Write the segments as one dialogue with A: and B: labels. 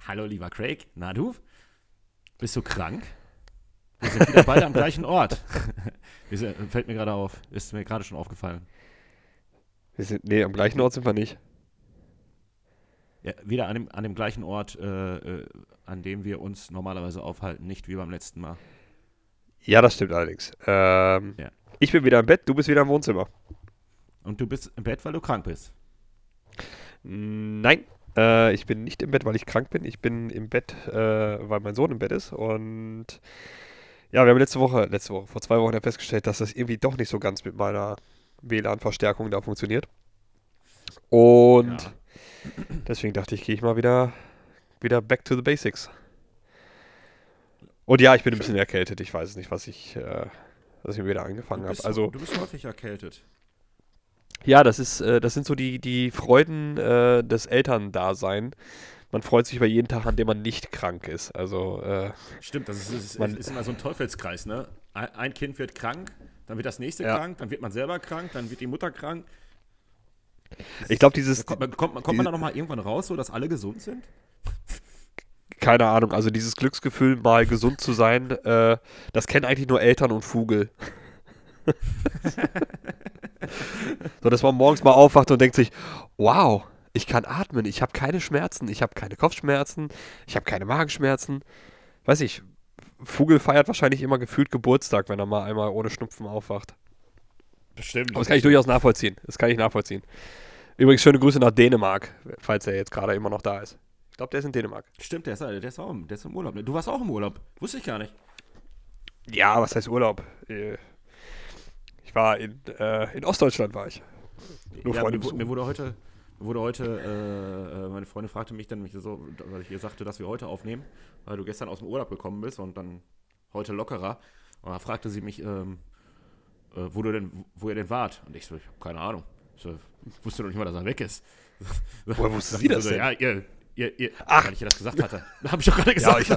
A: Hallo, lieber Craig. Na du? Bist du krank? Wir sind wieder beide am gleichen Ort. Fällt mir gerade auf. Ist mir gerade schon aufgefallen.
B: Nee, am gleichen Ort sind wir nicht.
A: Ja, wieder an dem gleichen Ort, an dem wir uns normalerweise aufhalten. Nicht wie beim letzten Mal.
B: Ja, das stimmt allerdings.
A: Ja.
B: Ich bin wieder im Bett, du bist wieder im Wohnzimmer.
A: Und du bist im Bett, weil du krank bist.
B: Nein, ich bin nicht im Bett, weil ich krank bin. Ich bin im Bett, weil mein Sohn im Bett ist. Und ja, wir haben vor 2 Wochen ja festgestellt, dass das irgendwie doch nicht so ganz mit meiner WLAN-Verstärkung da funktioniert. Und
A: Ja.
B: deswegen dachte ich, gehe ich mal wieder back to the basics. Und ja, ich bin ein bisschen
A: Schön.
B: erkältet. Ich weiß nicht, was ich mir wieder
A: Du
B: angefangen habe.
A: bist,
B: Also,
A: du bist häufig erkältet.
B: ja, das sind so die Freuden des Elterndasein. Man freut sich über jeden Tag, an dem man nicht krank ist. Also,
A: Stimmt, das
B: man,
A: ist immer so ein Teufelskreis, ne? Ein Kind wird krank, dann wird das nächste
B: ja,
A: krank, dann wird man selber krank, dann wird die Mutter krank.
B: ich glaube,
A: Kommt man da nochmal irgendwann raus, so dass alle gesund sind?
B: keine Ahnung, also dieses Glücksgefühl, mal gesund zu sein, das kennen eigentlich nur Eltern und Vogel. So, dass man morgens mal aufwacht und denkt sich, wow, ich kann atmen, ich habe keine Schmerzen, ich habe keine Kopfschmerzen, ich habe keine Magenschmerzen. Weiß ich, Vogel feiert wahrscheinlich immer gefühlt Geburtstag, wenn er mal einmal ohne Schnupfen aufwacht. Aber
A: Bestimmt,
B: das kann ich
A: bestimmt.
B: durchaus nachvollziehen. Das kann ich nachvollziehen. Übrigens schöne Grüße nach Dänemark, falls er jetzt gerade immer noch da ist. Ich glaube, der ist in Dänemark.
A: Stimmt, der ist im Urlaub. Ne? Du warst auch im Urlaub. Wusste ich gar nicht.
B: Ja, was heißt Urlaub? Ich war in Ostdeutschland war ich. Nur
A: Ja,
B: Freunde besuchen.
A: mir wurde heute, meine Freundin fragte mich dann, so, weil ich ihr sagte, dass wir heute aufnehmen, weil du gestern aus dem Urlaub gekommen bist und dann heute lockerer. Und da fragte sie mich, wo ihr denn wart. Und ich so, ich habe keine Ahnung. Ich wusste doch nicht mal, dass er weg ist.
B: Woher wusste
A: Sagte
B: sie
A: sie
B: das
A: so,
B: denn?
A: ja,
B: Ach,
A: weil ich ihr das gesagt hatte. Da habe ich doch gerade
B: ja,
A: gesagt.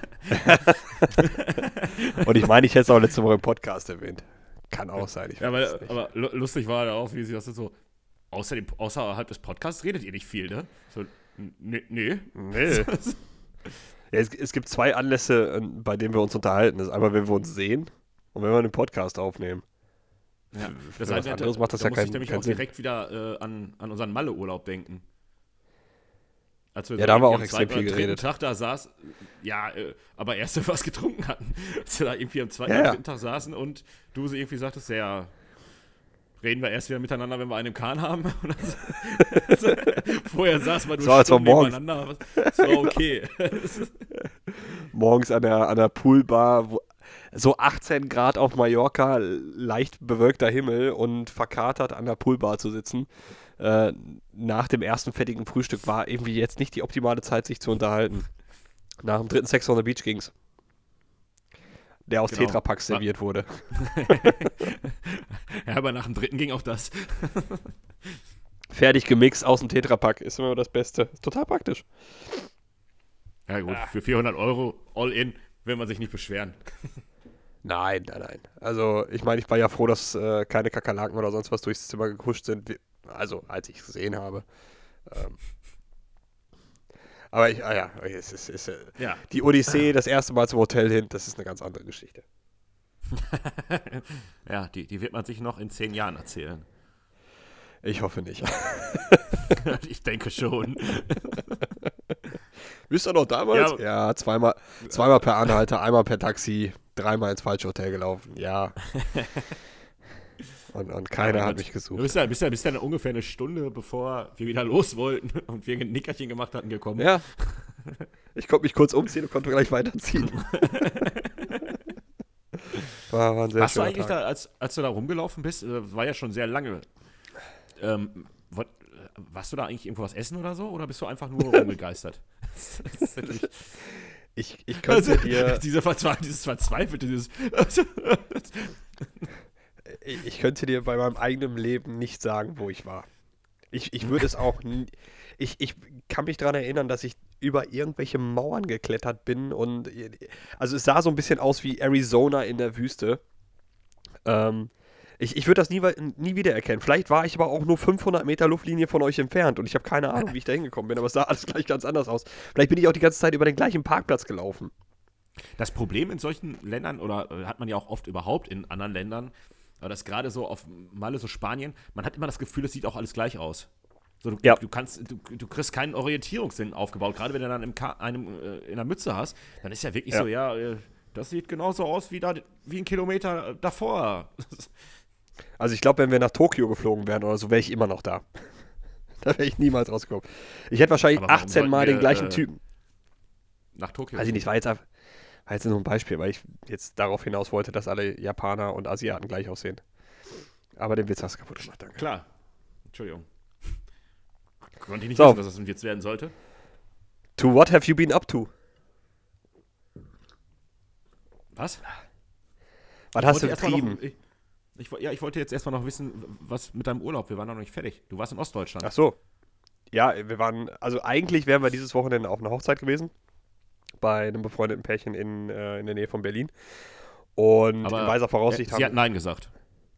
B: und ich meine, ich hätte es auch letzte Woche im Podcast erwähnt. Kann auch sein, ich
A: Ja,
B: weiß es nicht.
A: aber lustig war ja auch, wie sie das so, außerhalb des Podcasts redet ihr nicht viel, ne? So, nee, nee.
B: Nee. Ja, es gibt zwei Anlässe, bei denen wir uns unterhalten. Das ist einmal, wenn wir uns sehen und wenn wir einen Podcast aufnehmen.
A: Ja, das
B: Für was
A: eine,
B: anderes macht das
A: da
B: ja
A: musste ich nämlich
B: keinen
A: auch
B: Sinn.
A: direkt wieder an unseren Malle-Urlaub denken. Als wir
B: Ja,
A: so
B: da haben wir
A: irgendwie
B: auch
A: am
B: extrem
A: zweiten
B: viel
A: oder dritten
B: geredet.
A: Tag da saßen, ja, aber erst wenn wir was getrunken hatten. Als wir da irgendwie am zweiten
B: Ja,
A: oder
B: ja.
A: dritten Tag saßen und du so irgendwie sagtest, ja, reden wir erst wieder miteinander, wenn wir einen im Kahn haben. Vorher saßen wir
B: Das
A: nur
B: war zwar
A: stumm
B: morgens,
A: nebeneinander. Das war okay.
B: morgens an der Poolbar, so 18 Grad auf Mallorca, leicht bewölkter Himmel und verkatert an der Poolbar zu sitzen. Äh, nach dem ersten fettigen Frühstück war irgendwie jetzt nicht die optimale Zeit, sich zu unterhalten. Nach dem dritten Sex on the Beach ging's. Der aus
A: Genau.
B: Tetrapacks serviert wurde.
A: Ja, aber nach dem dritten ging auch das.
B: Fertig gemixt aus dem Tetrapack ist immer das Beste. Ist total praktisch.
A: Ja gut,
B: Ah.
A: für 400 Euro all in will man sich nicht beschweren.
B: Nein, nein, nein. Also, ich meine, ich war ja froh, dass keine Kakerlaken oder sonst was durchs Zimmer gehuscht sind. Also, als ich es gesehen habe. Ähm, aber ja,
A: Ja.
B: die Odyssee, das erste Mal zum Hotel hin, das ist eine ganz andere Geschichte.
A: Ja, die wird man sich noch in 10 Jahren erzählen.
B: Ich hoffe nicht.
A: Ich denke schon.
B: Wisst ihr noch damals?
A: Ja,
B: Ja, zweimal per Anhalter, einmal per Taxi, dreimal ins falsche Hotel gelaufen. Ja. Und
A: ja,
B: keiner
A: mein
B: hat
A: Gott.
B: mich
A: Du
B: gesucht.
A: bist ja ungefähr eine Stunde, bevor wir wieder los wollten und wir ein Nickerchen gemacht hatten, gekommen.
B: Ja, ich konnte mich kurz umziehen und konnte gleich weiterziehen. War ein sehr
A: Warst du
B: schöner
A: eigentlich
B: Tag.
A: da, als du da rumgelaufen bist, war ja schon sehr lange. Warst du da eigentlich irgendwo was essen oder so? Oder bist du einfach nur rumgegeistert? Das ist wirklich-
B: Ich
A: also,
B: könnte dir,
A: dieses Verzweifelte, dieses.
B: ich könnte dir bei meinem eigenen Leben nicht sagen, wo ich war. Ich würde es auch nie. Ich kann mich daran erinnern, dass ich über irgendwelche Mauern geklettert bin und also es sah so ein bisschen aus wie Arizona in der Wüste. Ähm, Ich würde das nie wiedererkennen. Vielleicht war ich aber auch nur 500 Meter Luftlinie von euch entfernt und ich habe keine Ahnung, wie ich da hingekommen bin, aber es sah alles gleich ganz anders aus. Vielleicht bin ich auch die ganze Zeit über den gleichen Parkplatz gelaufen.
A: Das Problem in solchen Ländern, oder hat man ja auch oft überhaupt in anderen Ländern, aber das gerade so auf Malle, so Spanien, man hat immer das Gefühl, es sieht auch alles gleich aus. So, du kriegst keinen Orientierungssinn aufgebaut, gerade wenn du dann in der Mütze hast, dann ist ja wirklich so, das sieht genauso aus wie ein Kilometer davor.
B: Also ich glaube, wenn wir nach Tokio geflogen wären oder so, wäre ich immer noch da. Da wäre ich niemals rausgekommen. Ich hätte wahrscheinlich 18 Mal den gleichen Typen.
A: Nach Tokio?
B: Weiß ich nicht, war jetzt nur ein Beispiel, weil ich jetzt darauf hinaus wollte, dass alle Japaner und Asiaten gleich aussehen. Aber den Witz hast du kaputt gemacht, danke.
A: Klar. Entschuldigung. Konnte ich nicht wissen, dass das ein Witz werden sollte.
B: To what have you been up to?
A: Was?
B: Was hast du getrieben?
A: Ich wollte jetzt erstmal noch wissen, was mit deinem Urlaub, wir waren noch nicht fertig. Du warst in Ostdeutschland.
B: Ach so. Ja, also eigentlich wären wir dieses Wochenende auf einer Hochzeit gewesen. Bei einem befreundeten Pärchen in der Nähe von Berlin. Und
A: aber
B: in weiser Voraussicht
A: sie hat Nein gesagt.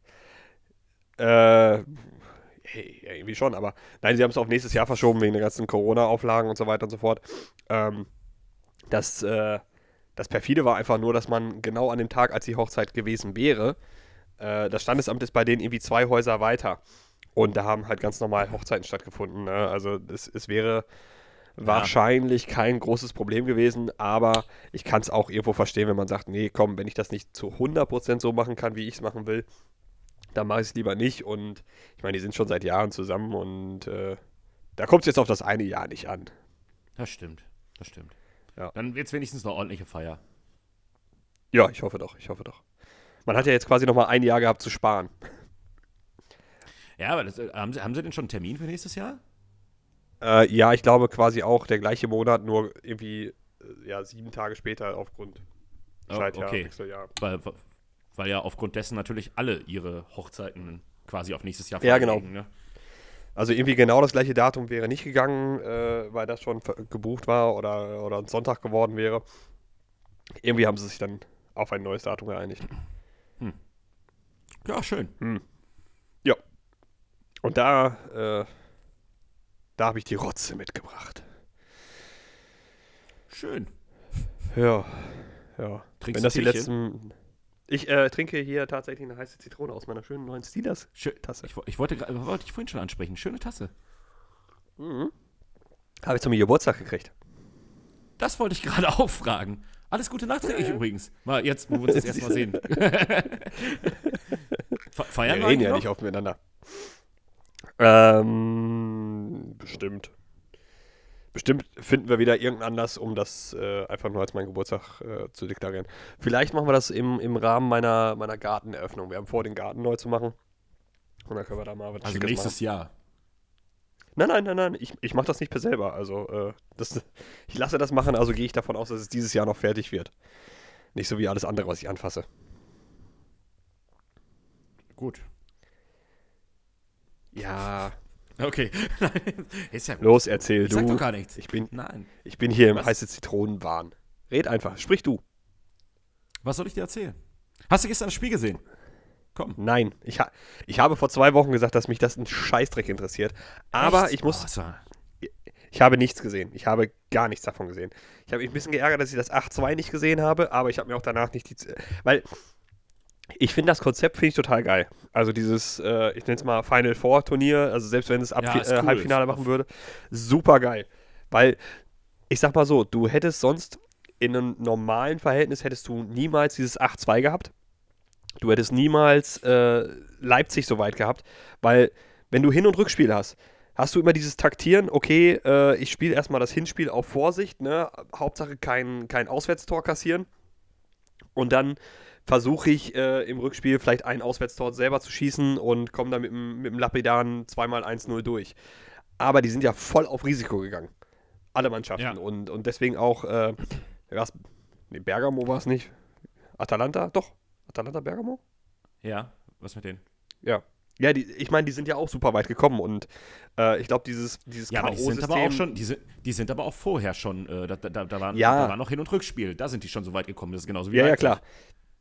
B: Irgendwie schon, aber nein, sie haben es auf nächstes Jahr verschoben wegen der ganzen Corona-Auflagen und so weiter und so fort. Das perfide war einfach nur, dass man genau an dem Tag, als die Hochzeit gewesen wäre, das Standesamt ist bei denen irgendwie 2 Häuser weiter. Und da haben halt ganz normal Hochzeiten stattgefunden. Ne? Also es wäre wahrscheinlich kein großes Problem gewesen, aber ich kann es auch irgendwo verstehen, wenn man sagt, nee, komm, wenn ich das nicht zu 100% so machen kann, wie ich es machen will, dann mache ich es lieber nicht. Und ich meine, die sind schon seit Jahren zusammen und da kommt es jetzt auf das eine Jahr nicht an.
A: Das stimmt.
B: Ja.
A: Dann wird es wenigstens eine ordentliche Feier.
B: Ja, ich hoffe doch. Man hat ja jetzt quasi nochmal ein Jahr gehabt zu sparen.
A: Ja, aber haben Sie denn schon einen Termin für nächstes Jahr?
B: Ja, ich glaube quasi auch der gleiche Monat, nur irgendwie 7 Tage später aufgrund Scheidjahr,
A: okay.
B: Wechseljahr.
A: Weil ja aufgrund dessen natürlich alle ihre Hochzeiten quasi auf nächstes Jahr
B: verlegen. Ja, genau.
A: Ne?
B: Also irgendwie genau das gleiche Datum wäre nicht gegangen, weil das schon gebucht war oder ein Sonntag geworden wäre. Irgendwie haben sie sich dann auf ein neues Datum geeinigt.
A: Ja, schön.
B: Ja. Und da habe ich die Rotze mitgebracht.
A: Schön.
B: Ja.
A: Trinkst
B: Wenn das
A: du
B: die
A: Teechen?
B: letzten... Ich trinke hier tatsächlich eine heiße Zitrone aus meiner schönen neuen Steelers-Tasse.
A: Ich wollte ich vorhin schon ansprechen. Schöne Tasse.
B: Mhm. Habe ich zu mir Geburtstag gekriegt.
A: Das wollte ich gerade auch fragen. Alles Gute nachträglich übrigens. Mal jetzt, wo wir uns das erstmal sehen. Feiern
B: wir reden ja
A: noch?
B: nicht oft miteinander. Bestimmt. Bestimmt finden wir wieder irgendeinen Anlass, um das einfach nur als meinen Geburtstag zu deklarieren. Vielleicht machen wir das im Rahmen meiner Garteneröffnung. Wir haben vor, den Garten neu zu machen. Und dann können wir da mal was
A: Also
B: Schickes
A: nächstes Jahr.
B: Nein. Ich mache das nicht per selber. Also ich lasse das machen, also gehe ich davon aus, dass es dieses Jahr noch fertig wird. Nicht so wie alles andere, was ich anfasse.
A: Gut.
B: Ja.
A: Okay. Ist ja gut.
B: Los, erzähl
A: Ich
B: du.
A: sag doch gar nichts.
B: Ich bin
A: Nein.
B: hier im
A: Was?
B: heiße Zitronenwahn. Red einfach, sprich du.
A: Was soll ich dir erzählen? Hast du gestern das Spiel gesehen? Komm.
B: Nein, ich habe vor 2 Wochen gesagt, dass mich das ein Scheißdreck interessiert. Aber
A: Echt?
B: ich habe nichts gesehen. Ich habe gar nichts davon gesehen. Ich habe mich ein bisschen geärgert, dass ich das 8-2 nicht gesehen habe, aber ich habe mir auch danach nicht weil ich finde das Konzept total geil. Also dieses, ich nenne es mal Final Four Turnier, also selbst wenn es
A: ist cool.
B: Halbfinale machen würde, super geil. Weil, ich sag mal so, du hättest sonst in einem normalen Verhältnis hättest du niemals dieses 8-2 gehabt. Du hättest niemals Leipzig so weit gehabt, weil wenn du Hin- und Rückspiel hast du immer dieses Taktieren, okay, ich spiele erstmal das Hinspiel auf Vorsicht, ne? Hauptsache kein Auswärtstor kassieren und dann versuche ich im Rückspiel vielleicht ein Auswärtstor selber zu schießen und komme dann mit dem lapidaren 2x1-0 durch. Aber die sind ja voll auf Risiko gegangen. Alle Mannschaften.
A: Ja.
B: Und deswegen auch, Bergamo war es nicht. Atalanta? Doch. Atalanta Bergamo?
A: Ja, was mit denen?
B: Ja. Ja, ich meine, die sind ja auch super weit gekommen und ich glaube, dieses
A: Ja, aber die sind aber auch schon, die sind aber auch vorher schon, da war noch Hin- und Rückspiel, da sind die schon so weit gekommen, das ist genauso wie
B: Ja,
A: Leipzig.
B: klar.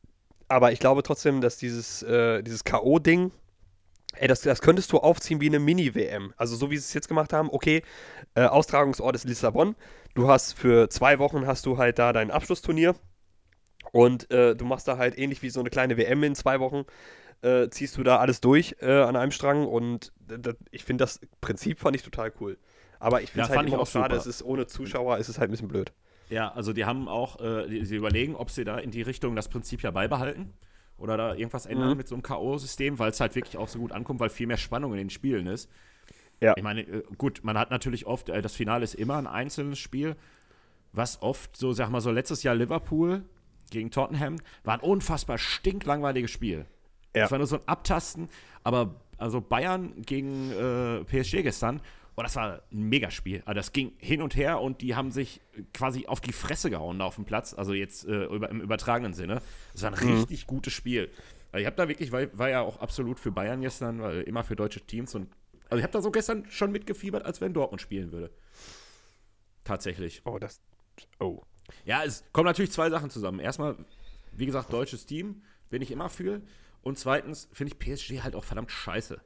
B: Aber ich glaube trotzdem, dass dieses K.O.-Ding, das könntest du aufziehen wie eine Mini-WM. Also so wie sie es jetzt gemacht haben, okay, Austragungsort ist Lissabon. Du hast für 2 Wochen hast du halt da dein Abschlussturnier und du machst da halt ähnlich wie so eine kleine WM in 2 Wochen, ziehst du da alles durch an einem Strang und ich finde das Prinzip fand ich total cool. Aber ich finde es halt immer noch schade, es ist ohne Zuschauer, ist es halt ein bisschen blöd.
A: Ja, also die haben auch, sie überlegen, ob sie da in die Richtung das Prinzip ja beibehalten oder da irgendwas ändern mit so einem K.O.-System, weil es halt wirklich auch so gut ankommt, weil viel mehr Spannung in den Spielen ist.
B: Ja.
A: Ich meine, gut, man hat natürlich oft, das Finale ist immer ein einzelnes Spiel, was oft, so sag mal so letztes Jahr Liverpool gegen Tottenham, war ein unfassbar stinklangweiliges Spiel.
B: Ja.
A: Das war nur so ein Abtasten, aber also Bayern gegen PSG gestern, das war ein Megaspiel. Also das ging hin und her und die haben sich quasi auf die Fresse gehauen da auf dem Platz, also jetzt im übertragenen Sinne. Das war ein richtig gutes Spiel. Also ich habe da wirklich, war ja auch absolut für Bayern gestern, weil immer für deutsche Teams und also ich habe da so gestern schon mitgefiebert, als wenn Dortmund spielen würde. Tatsächlich.
B: Oh.
A: Ja, es kommen natürlich 2 Sachen zusammen. Erstmal, wie gesagt, deutsches Team, bin ich immer für. Und zweitens finde ich PSG halt auch verdammt scheiße.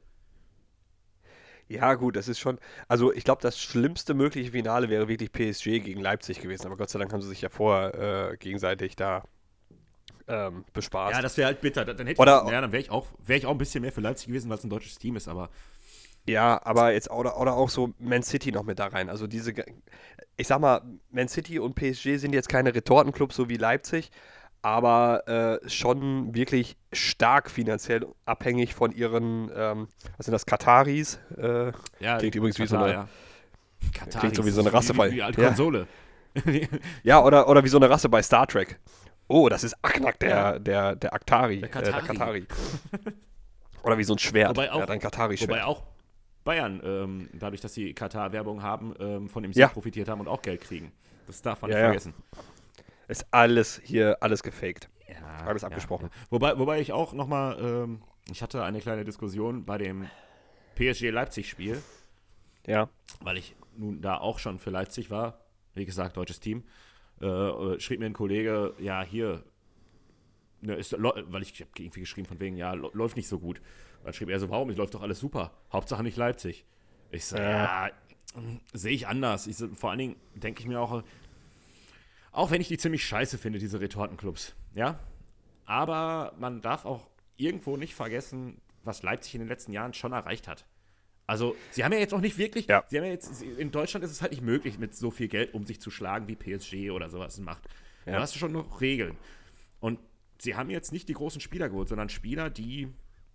B: Ja, gut, das ist schon. Also, ich glaube, das schlimmste mögliche Finale wäre wirklich PSG gegen Leipzig gewesen. Aber Gott sei Dank haben sie sich ja vorher gegenseitig da bespaßt.
A: Ja, das wäre halt bitter. Dann dann wäre ich auch ein bisschen mehr für Leipzig gewesen, weil es ein deutsches Team ist, aber.
B: Ja, aber jetzt oder auch so Man City noch mit da rein. Also, ich sag mal, Man City und PSG sind jetzt keine Retortenclubs so wie Leipzig, aber schon wirklich stark finanziell abhängig von ihren, was sind das, Kataris?
A: Ja,
B: klingt übrigens wie so
A: Katar,
B: eine,
A: ja. Katar
B: klingt so wie so eine Rasse bei.
A: Wie alte Konsole.
B: Ja, oder wie so eine Rasse bei Star Trek. Oh, das ist Aknak, der Aktari.
A: Der Katari.
B: Der Katari. Oder wie so ein Schwert.
A: Wobei auch,
B: ein Katari-Schwert.
A: Wobei auch Bayern, dadurch, dass sie Katar-Werbung haben, von dem Sieg profitiert haben und auch Geld kriegen. Das darf man nicht vergessen.
B: Ist alles gefaked.
A: Ja,
B: alles abgesprochen.
A: Ja. Wobei ich auch nochmal, ich hatte eine kleine Diskussion bei dem PSG-Leipzig-Spiel.
B: Ja.
A: Weil ich nun da auch schon für Leipzig war. Wie gesagt, deutsches Team. Schrieb mir ein Kollege, ja, hier, weil ich habe irgendwie geschrieben von wegen, ja, läuft nicht so gut. Dann schrieb er so, warum? Es läuft doch alles super. Hauptsache nicht Leipzig. Ich so, ja, sehe ich anders. Vor allen Dingen denke ich mir auch wenn ich die ziemlich scheiße finde, diese Retortenclubs, ja, aber man darf auch irgendwo nicht vergessen, was Leipzig in den letzten Jahren schon erreicht hat. Also, sie haben ja jetzt auch nicht wirklich, sie haben ja jetzt, in Deutschland ist es halt nicht möglich, mit so viel Geld um sich zu schlagen, wie PSG oder sowas macht. Ja. Da hast du schon noch Regeln. Und sie haben jetzt nicht die großen Spieler geholt, sondern Spieler, die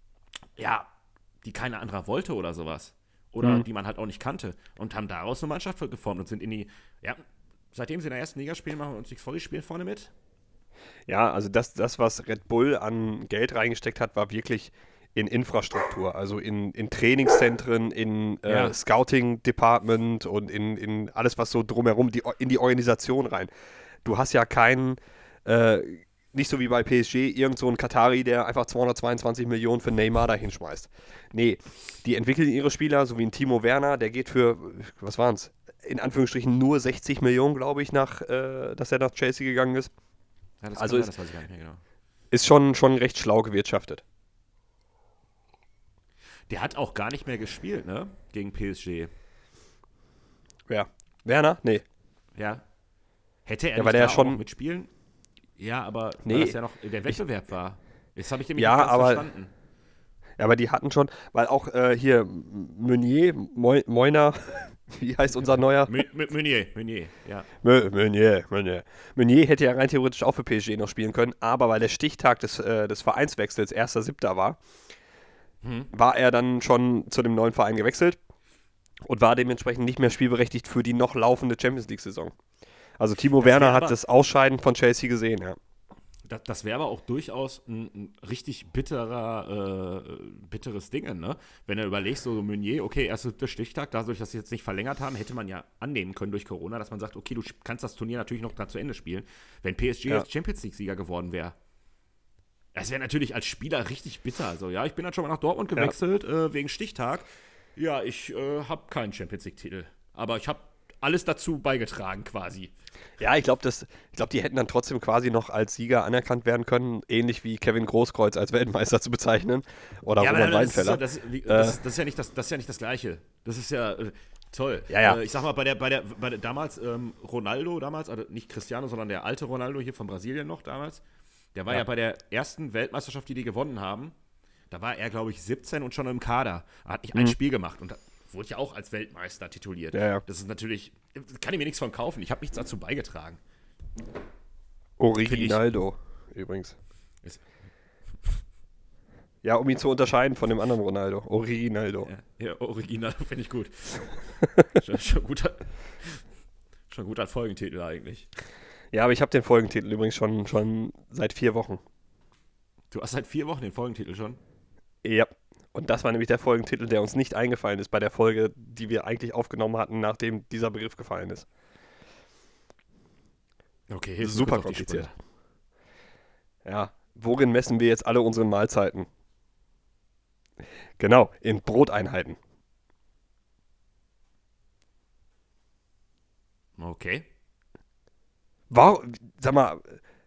A: keiner anderer wollte oder sowas. Oder die man halt auch nicht kannte. Und haben daraus eine Mannschaft geformt und sind seitdem sie in der ersten Liga spielen, machen wir uns nichts vor, die spielen vorne mit.
B: Ja, also das, was Red Bull an Geld reingesteckt hat, war wirklich in Infrastruktur, also in Trainingszentren, in Scouting-Department und in alles, was so drumherum, in die Organisation rein. Du hast ja keinen, nicht so wie bei PSG, irgend so einen Katari, der einfach 222 Millionen für Neymar da hinschmeißt. Nee, die entwickeln ihre Spieler, so wie ein Timo Werner, der geht für, was waren es, in Anführungsstrichen nur 60 Millionen, glaube ich, dass er nach Chelsea gegangen ist.
A: Ja, das
B: also
A: das weiß ich gar nicht mehr genau.
B: Ist schon recht schlau gewirtschaftet.
A: Der hat auch gar nicht mehr gespielt, ne? Gegen PSG.
B: Wer? Werner? Nee.
A: Ja. Hätte er
B: nicht da schon
A: auch mitspielen? Ja, aber
B: weil
A: das ja noch der Wettbewerb war. Das habe ich nämlich nicht ganz verstanden.
B: Ja, aber die hatten schon, weil auch hier Meunier, Moiner, wie heißt unser neuer?
A: Meunier, ja.
B: Meunier hätte ja rein theoretisch auch für PSG noch spielen können, aber weil der Stichtag des Vereinswechsels 1.7. war er dann schon zu dem neuen Verein gewechselt und war dementsprechend nicht mehr spielberechtigt für die noch laufende Champions-League-Saison. Also Timo Werner hat das Ausscheiden von Chelsea gesehen, ja.
A: Das wäre aber auch durchaus ein richtig bitteres Ding, ne? Wenn du überlegst, so Meunier, okay, erster Stichtag, dadurch, dass sie jetzt nicht verlängert haben, hätte man ja annehmen können durch Corona, dass man sagt, okay, du kannst das Turnier natürlich noch zu Ende spielen, wenn PSG jetzt Champions-League-Sieger geworden wäre. Das wäre natürlich als Spieler richtig bitter. Also, ja, ich bin dann schon mal nach Dortmund gewechselt, wegen Stichtag. Ja, ich habe keinen Champions-League-Titel. Aber ich habe alles dazu beigetragen quasi.
B: Ja, ich glaube, die hätten dann trotzdem quasi noch als Sieger anerkannt werden können, ähnlich wie Kevin Großkreuz als Weltmeister zu bezeichnen oder
A: Ja,
B: Roman
A: aber
B: Weidenfeller.
A: das ist ja nicht das Gleiche. Das ist ja toll.
B: Ja, ja.
A: Ich sag mal, bei der damals Ronaldo damals, also nicht Cristiano, sondern der alte Ronaldo hier von Brasilien noch damals, der war ja bei der ersten Weltmeisterschaft, die gewonnen haben, da war er, glaube ich, 17 und schon im Kader. Er hat nicht ein Spiel gemacht und wurde ja auch als Weltmeister tituliert.
B: Ja, ja.
A: Das ist natürlich, kann ich mir nichts von kaufen. Ich habe nichts dazu beigetragen.
B: Originaldo, übrigens. Ja, um ihn zu unterscheiden von dem anderen Ronaldo. Originaldo.
A: Ja, Original finde ich gut. schon guter Folgentitel eigentlich.
B: Ja, aber ich habe den Folgentitel übrigens schon seit 4 Wochen.
A: Du hast seit 4 Wochen den Folgentitel schon?
B: Ja. Und das war nämlich der Folgentitel, der uns nicht eingefallen ist bei der Folge, die wir eigentlich aufgenommen hatten, nachdem dieser Begriff gefallen ist.
A: Okay,
B: super kompliziert. Ja, worin messen wir jetzt alle unsere Mahlzeiten? Genau, in Broteinheiten.
A: Okay.
B: Warum, sag mal,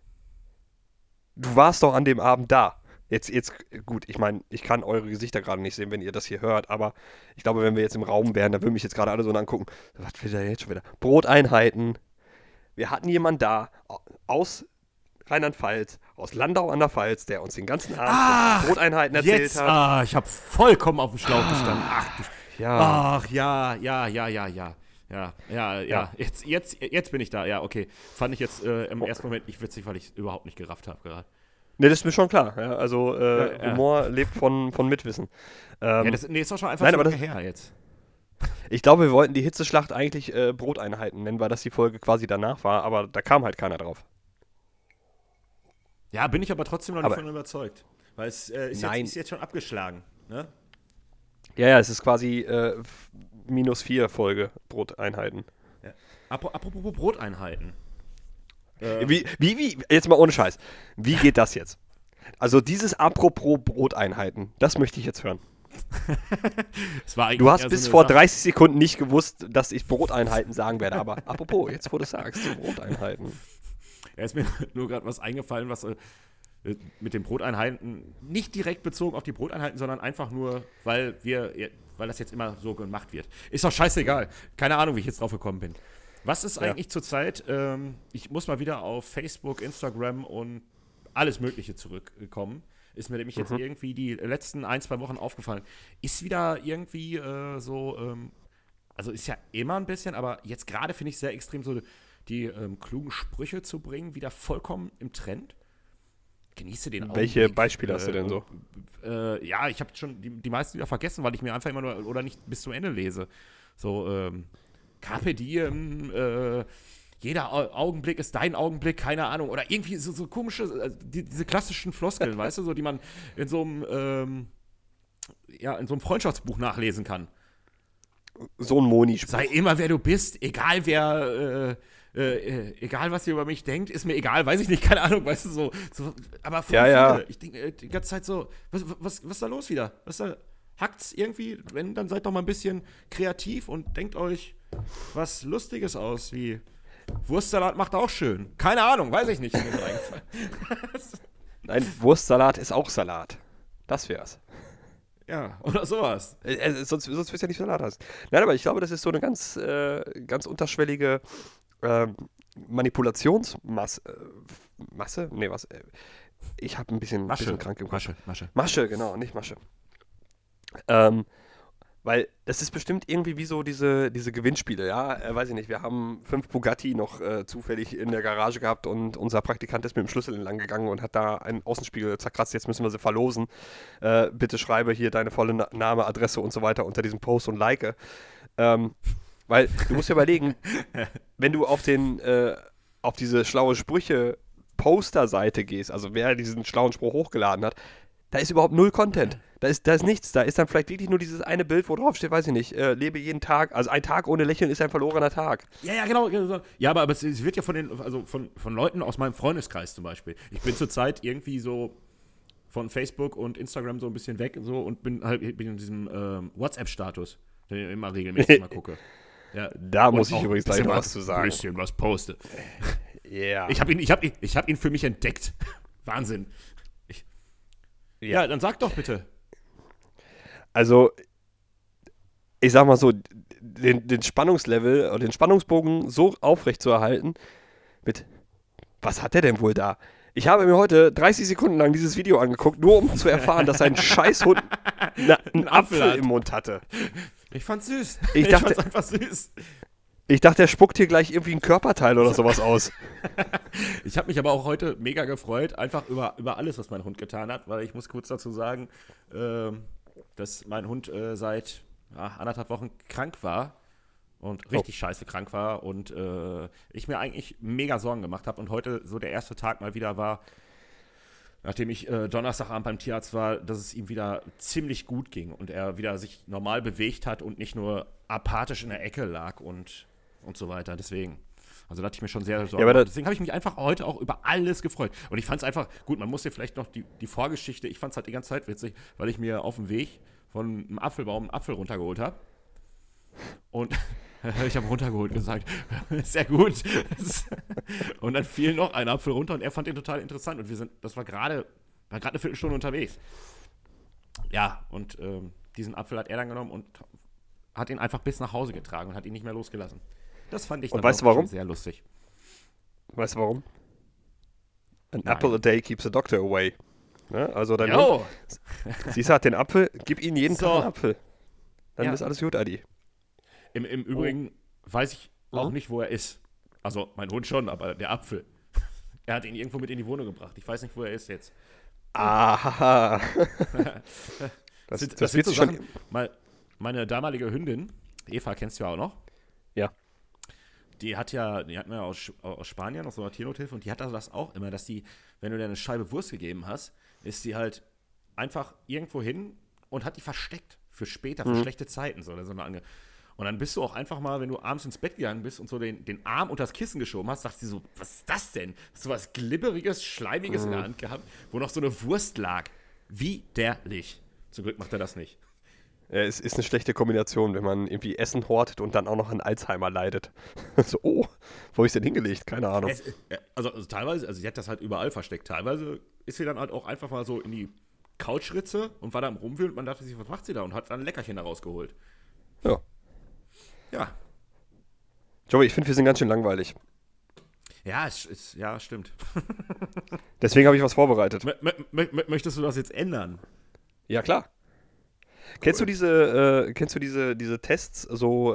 B: du warst doch an dem Abend da. Jetzt, gut, ich meine, ich kann eure Gesichter gerade nicht sehen, wenn ihr das hier hört, aber ich glaube, wenn wir jetzt im Raum wären, da würden mich jetzt gerade alle so angucken. Was will der jetzt schon wieder? Broteinheiten. Wir hatten jemanden da aus Rheinland-Pfalz, aus Landau an der Pfalz, der uns den ganzen Abend von Broteinheiten erzählt hat.
A: Ich habe vollkommen auf dem Schlauch gestanden.
B: Ja.
A: Ach, ja. Jetzt bin ich da. Ja, okay. Fand ich jetzt im ersten Moment nicht witzig, weil ich es überhaupt nicht gerafft habe gerade.
B: Ne, das ist mir schon klar. Ja, also Humor lebt von Mitwissen.
A: Ist doch schon einfach
B: nein,
A: so
B: aber
A: her jetzt.
B: Ich glaube, wir wollten die Hitzeschlacht eigentlich Broteinheiten nennen, weil das die Folge quasi danach war, aber da kam halt keiner drauf.
A: Ja, bin ich aber trotzdem noch nicht von überzeugt. Weil es ist jetzt schon abgeschlagen. Ne?
B: Ja, es ist quasi -4 Folge Broteinheiten.
A: Ja. Apropos Broteinheiten.
B: Wie, jetzt mal ohne Scheiß, wie geht das jetzt? Also dieses Apropos Broteinheiten, das möchte ich jetzt hören. Du hast bis vor 30 Sekunden nicht gewusst, dass ich Broteinheiten sagen werde, aber apropos, jetzt wo du sagst, so Broteinheiten.
A: Ja, ist mir nur gerade was eingefallen, was mit den Broteinheiten, nicht direkt bezogen auf die Broteinheiten, sondern einfach nur, weil das jetzt immer so gemacht wird. Ist doch scheißegal. Keine Ahnung, wie ich jetzt drauf gekommen bin. Was ist eigentlich zurzeit, ich muss mal wieder auf Facebook, Instagram und alles Mögliche zurückkommen, ist mir nämlich jetzt irgendwie die letzten 1-2 Wochen aufgefallen, ist wieder irgendwie also ist ja immer ein bisschen, aber jetzt gerade finde ich sehr extrem so die klugen Sprüche zu bringen, wieder vollkommen im Trend. Genieße den Augenblick.
B: Welche Beispiele hast du denn so?
A: Ja, ich habe schon die meisten wieder vergessen, weil ich mir einfach immer nur oder nicht bis zum Ende lese. So, Carpe diem, jeder Augenblick ist dein Augenblick, keine Ahnung. Oder irgendwie so komische, diese klassischen Floskeln, weißt du, so, die man in so einem Freundschaftsbuch nachlesen kann.
B: So ein Moni-Spruch.
A: Sei immer, wer du bist, egal egal was ihr über mich denkt, ist mir egal, weiß ich nicht, keine Ahnung, weißt du, so aber voll viele. Ich denke die ganze Zeit so, was ist da los wieder? Hackt's irgendwie? Wenn, dann seid doch mal ein bisschen kreativ und denkt euch was Lustiges aus, wie Wurstsalat macht auch schön. Keine Ahnung, weiß ich nicht.
B: Nein, Wurstsalat ist auch Salat. Das wär's.
A: Ja, oder sowas.
B: Sonst wirst du ja nicht Salat hast. Nein, aber ich glaube, das ist so eine ganz unterschwellige Manipulationsmasse. Masse? Nee, was? Ich habe ein bisschen krank im Kopf. Masche, genau, nicht Masche. Weil das ist bestimmt irgendwie wie so diese Gewinnspiele, ja, weiß ich nicht, wir haben 5 Bugatti noch zufällig in der Garage gehabt und unser Praktikant ist mit dem Schlüssel entlang gegangen und hat da einen Außenspiegel zerkratzt, jetzt müssen wir sie verlosen. Bitte schreibe hier deine volle Name, Adresse und so weiter unter diesem Post und like. Weil du musst dir überlegen, wenn du auf diese schlaue Sprüche Poster-Seite gehst, also wer diesen schlauen Spruch hochgeladen hat, da ist überhaupt null Content. Da ist nichts. Da ist dann vielleicht wirklich nur dieses eine Bild, wo drauf steht, weiß ich nicht, lebe jeden Tag, also ein Tag ohne Lächeln ist ein verlorener Tag.
A: Ja, genau. Ja, aber es wird ja von Leuten aus meinem Freundeskreis zum Beispiel. Ich bin zurzeit irgendwie so von Facebook und Instagram so ein bisschen weg so und bin in diesem WhatsApp-Status, den ich immer regelmäßig mal gucke. Ja.
B: Da
A: Und
B: muss ich
A: auch
B: übrigens
A: ein
B: gleich
A: bisschen
B: noch was zu sagen.
A: Ein bisschen was poste.
B: Ja.
A: Ich hab ihn für mich entdeckt. Wahnsinn. Ja, dann sag doch bitte.
B: Also, ich sag mal so, den Spannungslevel oder den Spannungsbogen so aufrecht zu erhalten, mit, was hat der denn wohl da? Ich habe mir heute 30 Sekunden lang dieses Video angeguckt, nur um zu erfahren, dass ein Scheißhund einen Apfel im Mund hatte.
A: Ich fand's süß.
B: Ich dachte,
A: fand's einfach süß.
B: Ich dachte, er spuckt hier gleich irgendwie ein Körperteil oder sowas aus.
A: Ich habe mich aber auch heute mega gefreut, einfach über alles, was mein Hund getan hat, weil ich muss kurz dazu sagen, dass mein Hund seit 1,5 Wochen krank war und richtig scheiße krank war und ich mir eigentlich mega Sorgen gemacht habe und heute so der erste Tag mal wieder war, nachdem ich Donnerstagabend beim Tierarzt war, dass es ihm wieder ziemlich gut ging und er wieder sich normal bewegt hat und nicht nur apathisch in der Ecke lag und so weiter. Deswegen, also da hatte ich mir schon sehr Sorgen gemacht. Deswegen habe ich mich einfach heute auch über alles gefreut. Und ich fand es einfach, gut, man muss dir vielleicht noch die Vorgeschichte, ich fand es halt die ganze Zeit witzig, weil ich mir auf dem Weg von einem Apfelbaum einen Apfel runtergeholt habe. Und ich habe runtergeholt gesagt, sehr gut. Und dann fiel noch ein Apfel runter und er fand den total interessant. Und das war gerade eine Viertelstunde unterwegs. Ja, und diesen Apfel hat er dann genommen und hat ihn einfach bis nach Hause getragen und hat ihn nicht mehr losgelassen. Das fand ich dann
B: auch
A: sehr lustig.
B: Weißt du warum? An apple a day keeps the doctor away. Ne? Also dann siehst du, hat den Apfel, gib ihnen jeden Tag einen Apfel. Dann ist alles gut, Adi.
A: Im Übrigen weiß ich auch nicht, wo er ist. Also mein Hund schon, aber der Apfel. Er hat ihn irgendwo mit in die Wohnung gebracht. Ich weiß nicht, wo er ist jetzt.
B: Aha.
A: das wird so schon. Meine damalige Hündin, Eva, kennst du ja auch noch.
B: Ja.
A: Die hatten wir aus Spanien, aus so einer Tiernothilfe, und die hat das auch immer, dass die, wenn du dir eine Scheibe Wurst gegeben hast, ist die halt einfach irgendwo hin und hat die versteckt für später, für schlechte Zeiten. So eine und dann bist du auch einfach mal, wenn du abends ins Bett gegangen bist und so den Arm unter das Kissen geschoben hast, sagst du so, was ist das denn? So was Glibberiges, Schleimiges in der Hand gehabt, wo noch so eine Wurst lag. Widerlich. Zum Glück macht er das nicht.
B: Es ist eine schlechte Kombination, wenn man irgendwie Essen hortet und dann auch noch an Alzheimer leidet. So, wo habe ich es denn hingelegt? Keine Ahnung.
A: Also teilweise, sie hat das halt überall versteckt. Teilweise ist sie dann halt auch einfach mal so in die Couchritze und war da am Rumwühlen und man dachte sich, was macht sie da? Und hat dann ein Leckerchen da rausgeholt.
B: Ja.
A: Ja.
B: Joey, ich finde, wir sind ganz schön langweilig.
A: Ja, ja, stimmt.
B: Deswegen habe ich was vorbereitet.
A: Möchtest du das jetzt ändern?
B: Ja, klar. Kennst du diese Tests, so,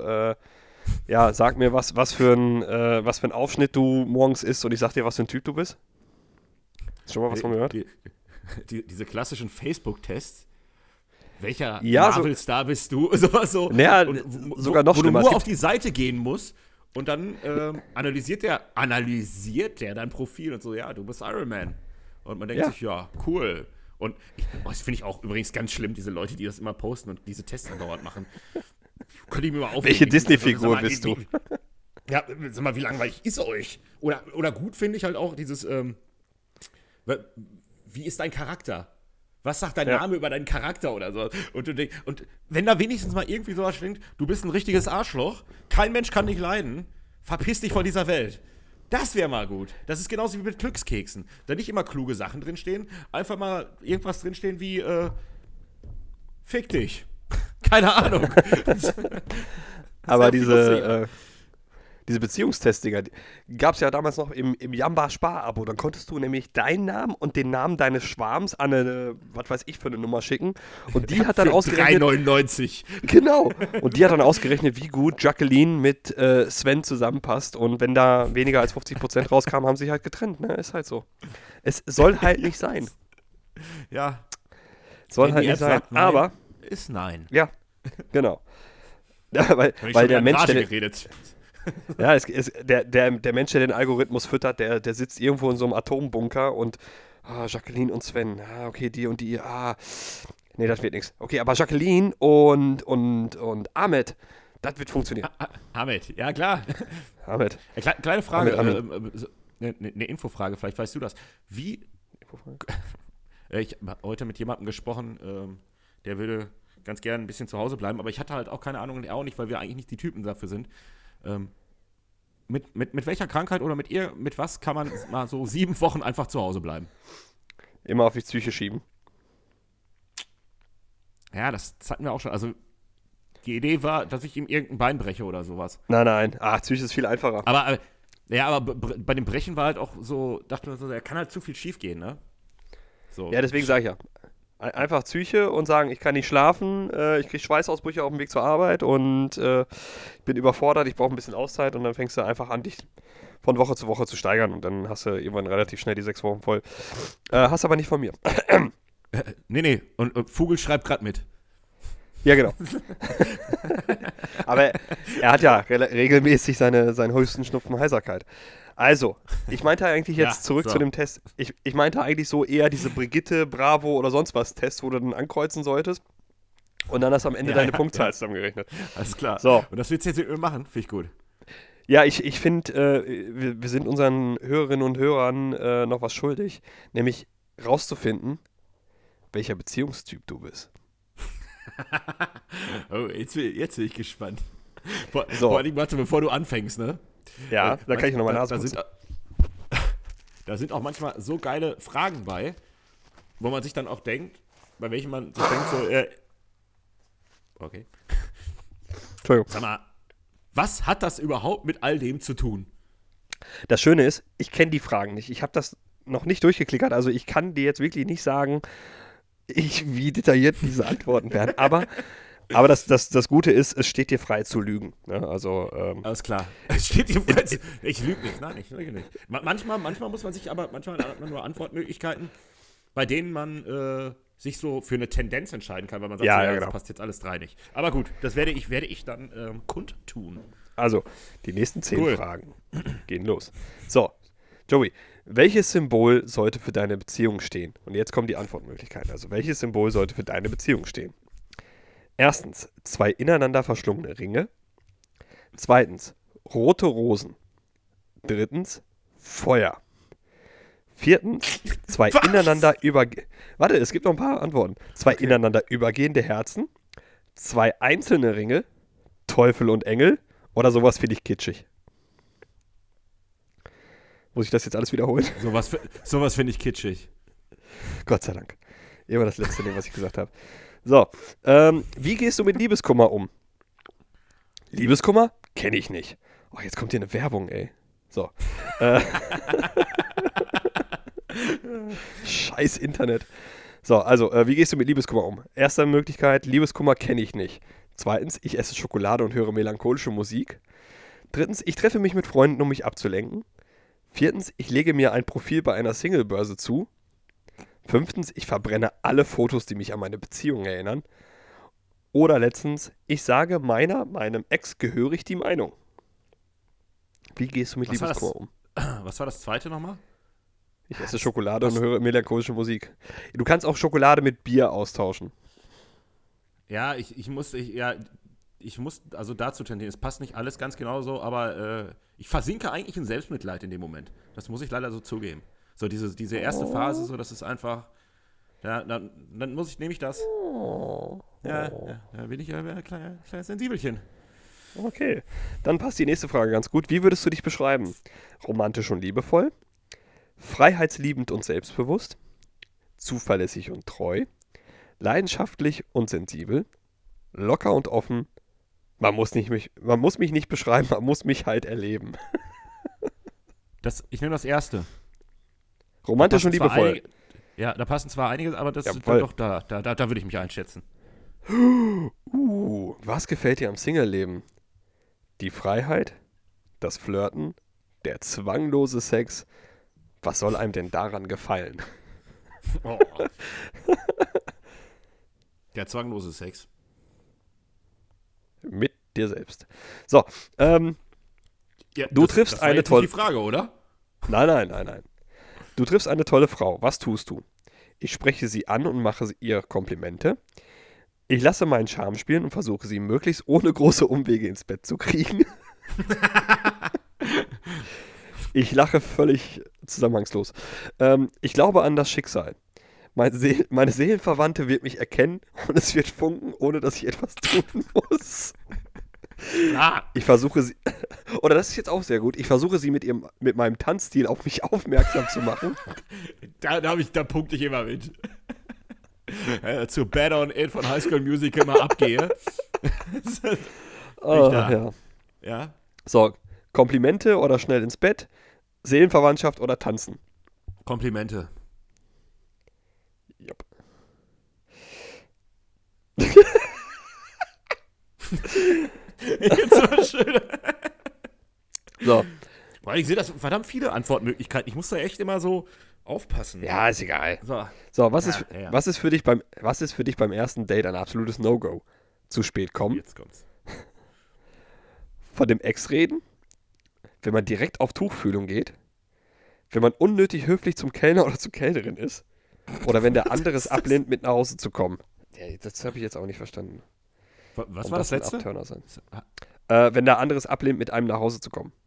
B: sag mir, was für ein Aufschnitt du morgens isst und ich sag dir, was für ein Typ du bist? Hast du schon mal was von gehört?
A: Diese klassischen Facebook-Tests. Welcher
B: ja,
A: Marvel-Star bist du? Sowas so.
B: Naja, sogar noch schlimmer.
A: Wo du nur auf die Seite gehen musst und dann analysiert der dein Profil und so, ja, du bist Iron Man. Und man denkt sich, ja, cool. Und das finde ich auch übrigens ganz schlimm, diese Leute, die das immer posten und diese Tests andauernd machen. Könnte ich mir mal aufregen.
B: Welche Disney-Figur bist du?
A: Ja, sag mal, wie langweilig ist euch? Oder gut finde ich halt auch dieses, wie ist dein Charakter? Was sagt dein Name über deinen Charakter oder so? Und wenn da wenigstens mal irgendwie sowas stimmt, du bist ein richtiges Arschloch, kein Mensch kann dich leiden, verpiss dich von dieser Welt. Das wäre mal gut. Das ist genauso wie mit Glückskeksen. Da nicht immer kluge Sachen drinstehen, einfach mal irgendwas drinstehen wie, fick dich. Keine Ahnung.
B: Aber diese Beziehungstestdinger gab es ja damals noch im Jamba-Spar-Abo. Dann konntest du nämlich deinen Namen und den Namen deines Schwarms an eine, was weiß ich, für eine Nummer schicken. Und die hat dann ausgerechnet.
A: 3,99.
B: Genau. Und die hat dann ausgerechnet, wie gut Jacqueline mit Sven zusammenpasst. Und wenn da weniger als 50% rauskam, haben sie sich halt getrennt. Ne? Ist halt so. Es soll halt nicht sein.
A: Ja.
B: Soll halt nicht sein.
A: Nein,
B: aber.
A: Ist nein.
B: Ja, genau. Ja, weil der Mensch. Ja, der Mensch, der den Algorithmus füttert, der sitzt irgendwo in so einem Atombunker und Jacqueline und Sven, okay, die und die, nee, das wird nichts. Okay, aber Jacqueline und Ahmed, das wird funktionieren.
A: Ahmed, ja klar.
B: Ahmed.
A: Kleine Frage,
B: Ahmed.
A: eine Infofrage, vielleicht weißt du das. Ich habe heute mit jemandem gesprochen, der würde ganz gern ein bisschen zu Hause bleiben, aber ich hatte halt auch keine Ahnung und er auch nicht, weil wir eigentlich nicht die Typen dafür sind. Mit welcher Krankheit oder mit was kann man mal so 7 Wochen einfach zu Hause bleiben?
B: Immer auf die Psyche schieben.
A: Ja, das hatten wir auch schon. Also die Idee war, dass ich ihm irgendein Bein breche oder sowas.
B: Nein. Psyche ist viel einfacher.
A: Aber bei dem Brechen war halt auch so, dachte man so, er kann halt zu viel schief gehen, ne? So.
B: Ja, deswegen sage ich ja. Einfach Psyche und sagen, ich kann nicht schlafen, ich kriege Schweißausbrüche auf dem Weg zur Arbeit und ich bin überfordert, ich brauche ein bisschen Auszeit und dann fängst du einfach an, dich von Woche zu Woche zu steigern und dann hast du irgendwann relativ schnell die 6 Wochen voll. Hast aber nicht von mir.
A: Nee. Und Vogel schreibt gerade mit.
B: Ja, genau. Aber er hat ja regelmäßig seinen höchsten Schnupfen Heiserkeit. Also, ich meinte eigentlich jetzt zurück zu dem Test. Ich meinte eigentlich so eher diese Brigitte, Bravo oder sonst was Test, wo du dann ankreuzen solltest und dann hast du am Ende deine Punktzahl zusammengerechnet.
A: Alles klar.
B: So.
A: Und das willst du jetzt machen? Finde ich gut.
B: Ja, ich finde, wir sind unseren Hörerinnen und Hörern noch was schuldig, nämlich rauszufinden, welcher Beziehungstyp du bist.
A: Oh, jetzt bin ich gespannt. Vor allem, warte, bevor du anfängst, ne?
B: Ja, da kann ich nochmal nachputzen.
A: Da sind auch manchmal so geile Fragen bei, wo man sich dann auch denkt, bei welchen man sich denkt so, okay.
B: Entschuldigung.
A: Sag mal, was hat das überhaupt mit all dem zu tun?
B: Das Schöne ist, ich kenne die Fragen nicht. Ich habe das noch nicht durchgeklickert, also ich kann dir jetzt wirklich nicht sagen, wie detailliert diese Antworten werden. Aber das Gute ist, es steht dir frei zu lügen. Ne? Also,
A: alles klar. Es steht dir frei zu Ich lüge nicht, nein, ich lüge nicht. Manchmal muss man sich manchmal hat man nur Antwortmöglichkeiten, bei denen man sich so für eine Tendenz entscheiden kann, weil man sagt,
B: genau.
A: Das passt jetzt alles 3 nicht. Aber gut, das werde ich dann kundtun.
B: Also, die nächsten 10 Fragen gehen los. So, Joey, welches Symbol sollte für deine Beziehung stehen? Und jetzt kommen die Antwortmöglichkeiten. Also, welches Symbol sollte für deine Beziehung stehen? Erstens, 2 ineinander verschlungene Ringe. Zweitens, rote Rosen. Drittens, Feuer. Viertens, 2 ineinander Warte, es gibt noch ein paar Antworten. 2 ineinander übergehende Herzen. 2 einzelne Ringe. Teufel und Engel. Oder sowas finde ich kitschig. Muss ich das jetzt alles wiederholen?
A: Sowas finde ich kitschig.
B: Gott sei Dank. Immer das letzte nehmen, was ich gesagt habe. So, wie gehst du mit Liebeskummer um? Liebeskummer? Kenne ich nicht. Oh, jetzt kommt hier eine Werbung, ey. So. Scheiß Internet. So, also, wie gehst du mit Liebeskummer um? Erste Möglichkeit, Liebeskummer kenne ich nicht. Zweitens, ich esse Schokolade und höre melancholische Musik. Drittens, ich treffe mich mit Freunden, um mich abzulenken. Viertens, ich lege mir ein Profil bei einer Singlebörse zu. Fünftens, ich verbrenne alle Fotos, die mich an meine Beziehung erinnern. Oder letztens, ich sage meinem Ex gehörig die Meinung. Wie gehst du mit Liebeskummer um?
A: Was war das zweite nochmal?
B: Ich esse Schokolade und höre melancholische Musik. Du kannst auch Schokolade mit Bier austauschen.
A: Ja, ich muss also dazu tendieren. Es passt nicht alles ganz genau so, aber ich versinke eigentlich in Selbstmitleid in dem Moment. Das muss ich leider so zugeben. So diese erste Phase, so das ist einfach, ja, dann nehme ich das. Ja, da bin ich ja ein kleines Sensibelchen.
B: Okay, dann passt die nächste Frage ganz gut. Wie würdest du dich beschreiben? Romantisch und liebevoll? Freiheitsliebend und selbstbewusst? Zuverlässig und treu? Leidenschaftlich und sensibel? Locker und offen? Man muss mich nicht beschreiben, man muss mich halt erleben.
A: Ich nehme das erste.
B: Romantisch und liebevoll.
A: Ja, da passen zwar einiges, aber das ist
B: Jawohl.
A: doch da würde ich mich einschätzen.
B: Was gefällt dir am Single-Leben? Die Freiheit? Das Flirten? Der zwanglose Sex? Was soll einem denn daran gefallen?
A: Oh. Der zwanglose Sex.
B: Mit dir selbst. So,
A: Ja,
B: du triffst eine tolle...
A: Das war jetzt nicht die Frage, oder?
B: Nein. Du triffst eine tolle Frau. Was tust du? Ich spreche sie an und mache ihr Komplimente. Ich lasse meinen Charme spielen und versuche sie möglichst ohne große Umwege ins Bett zu kriegen. Ich lache völlig zusammenhangslos. Ich glaube an das Schicksal. Meine Seelenverwandte wird mich erkennen und es wird funken, ohne dass ich etwas tun muss.
A: Ah,
B: Ich versuche sie, oder das ist jetzt auch sehr gut, ich versuche sie mit meinem Tanzstil auf mich aufmerksam zu machen.
A: da punkte ich immer mit. Zu Bad on It von High School Musical mal abgehe.
B: Oh,
A: da.
B: ja.
A: Ja?
B: So, Komplimente oder schnell ins Bett, Seelenverwandtschaft oder tanzen.
A: Komplimente.
B: Jupp.
A: Jetzt war schön.
B: So,
A: Weil ich sehe das verdammt viele Antwortmöglichkeiten. Ich muss da echt immer so aufpassen.
B: ja, ist egal.
A: So.
B: So,
A: Ja.
B: was ist für dich beim ersten Date ein absolutes No-Go? Zu spät kommen,
A: Jetzt kommt's.
B: von dem Ex reden, wenn man direkt auf Tuchfühlung geht, wenn man unnötig höflich zum Kellner oder zur Kellnerin ist, oder wenn der andere es ablehnt, mit nach Hause zu kommen. Ja, das habe ich jetzt auch nicht verstanden.
A: Was
B: Und
A: war das
B: soll ein
A: letzte?
B: Abturner sein. Wenn der andere es ablehnt, mit einem nach Hause zu kommen.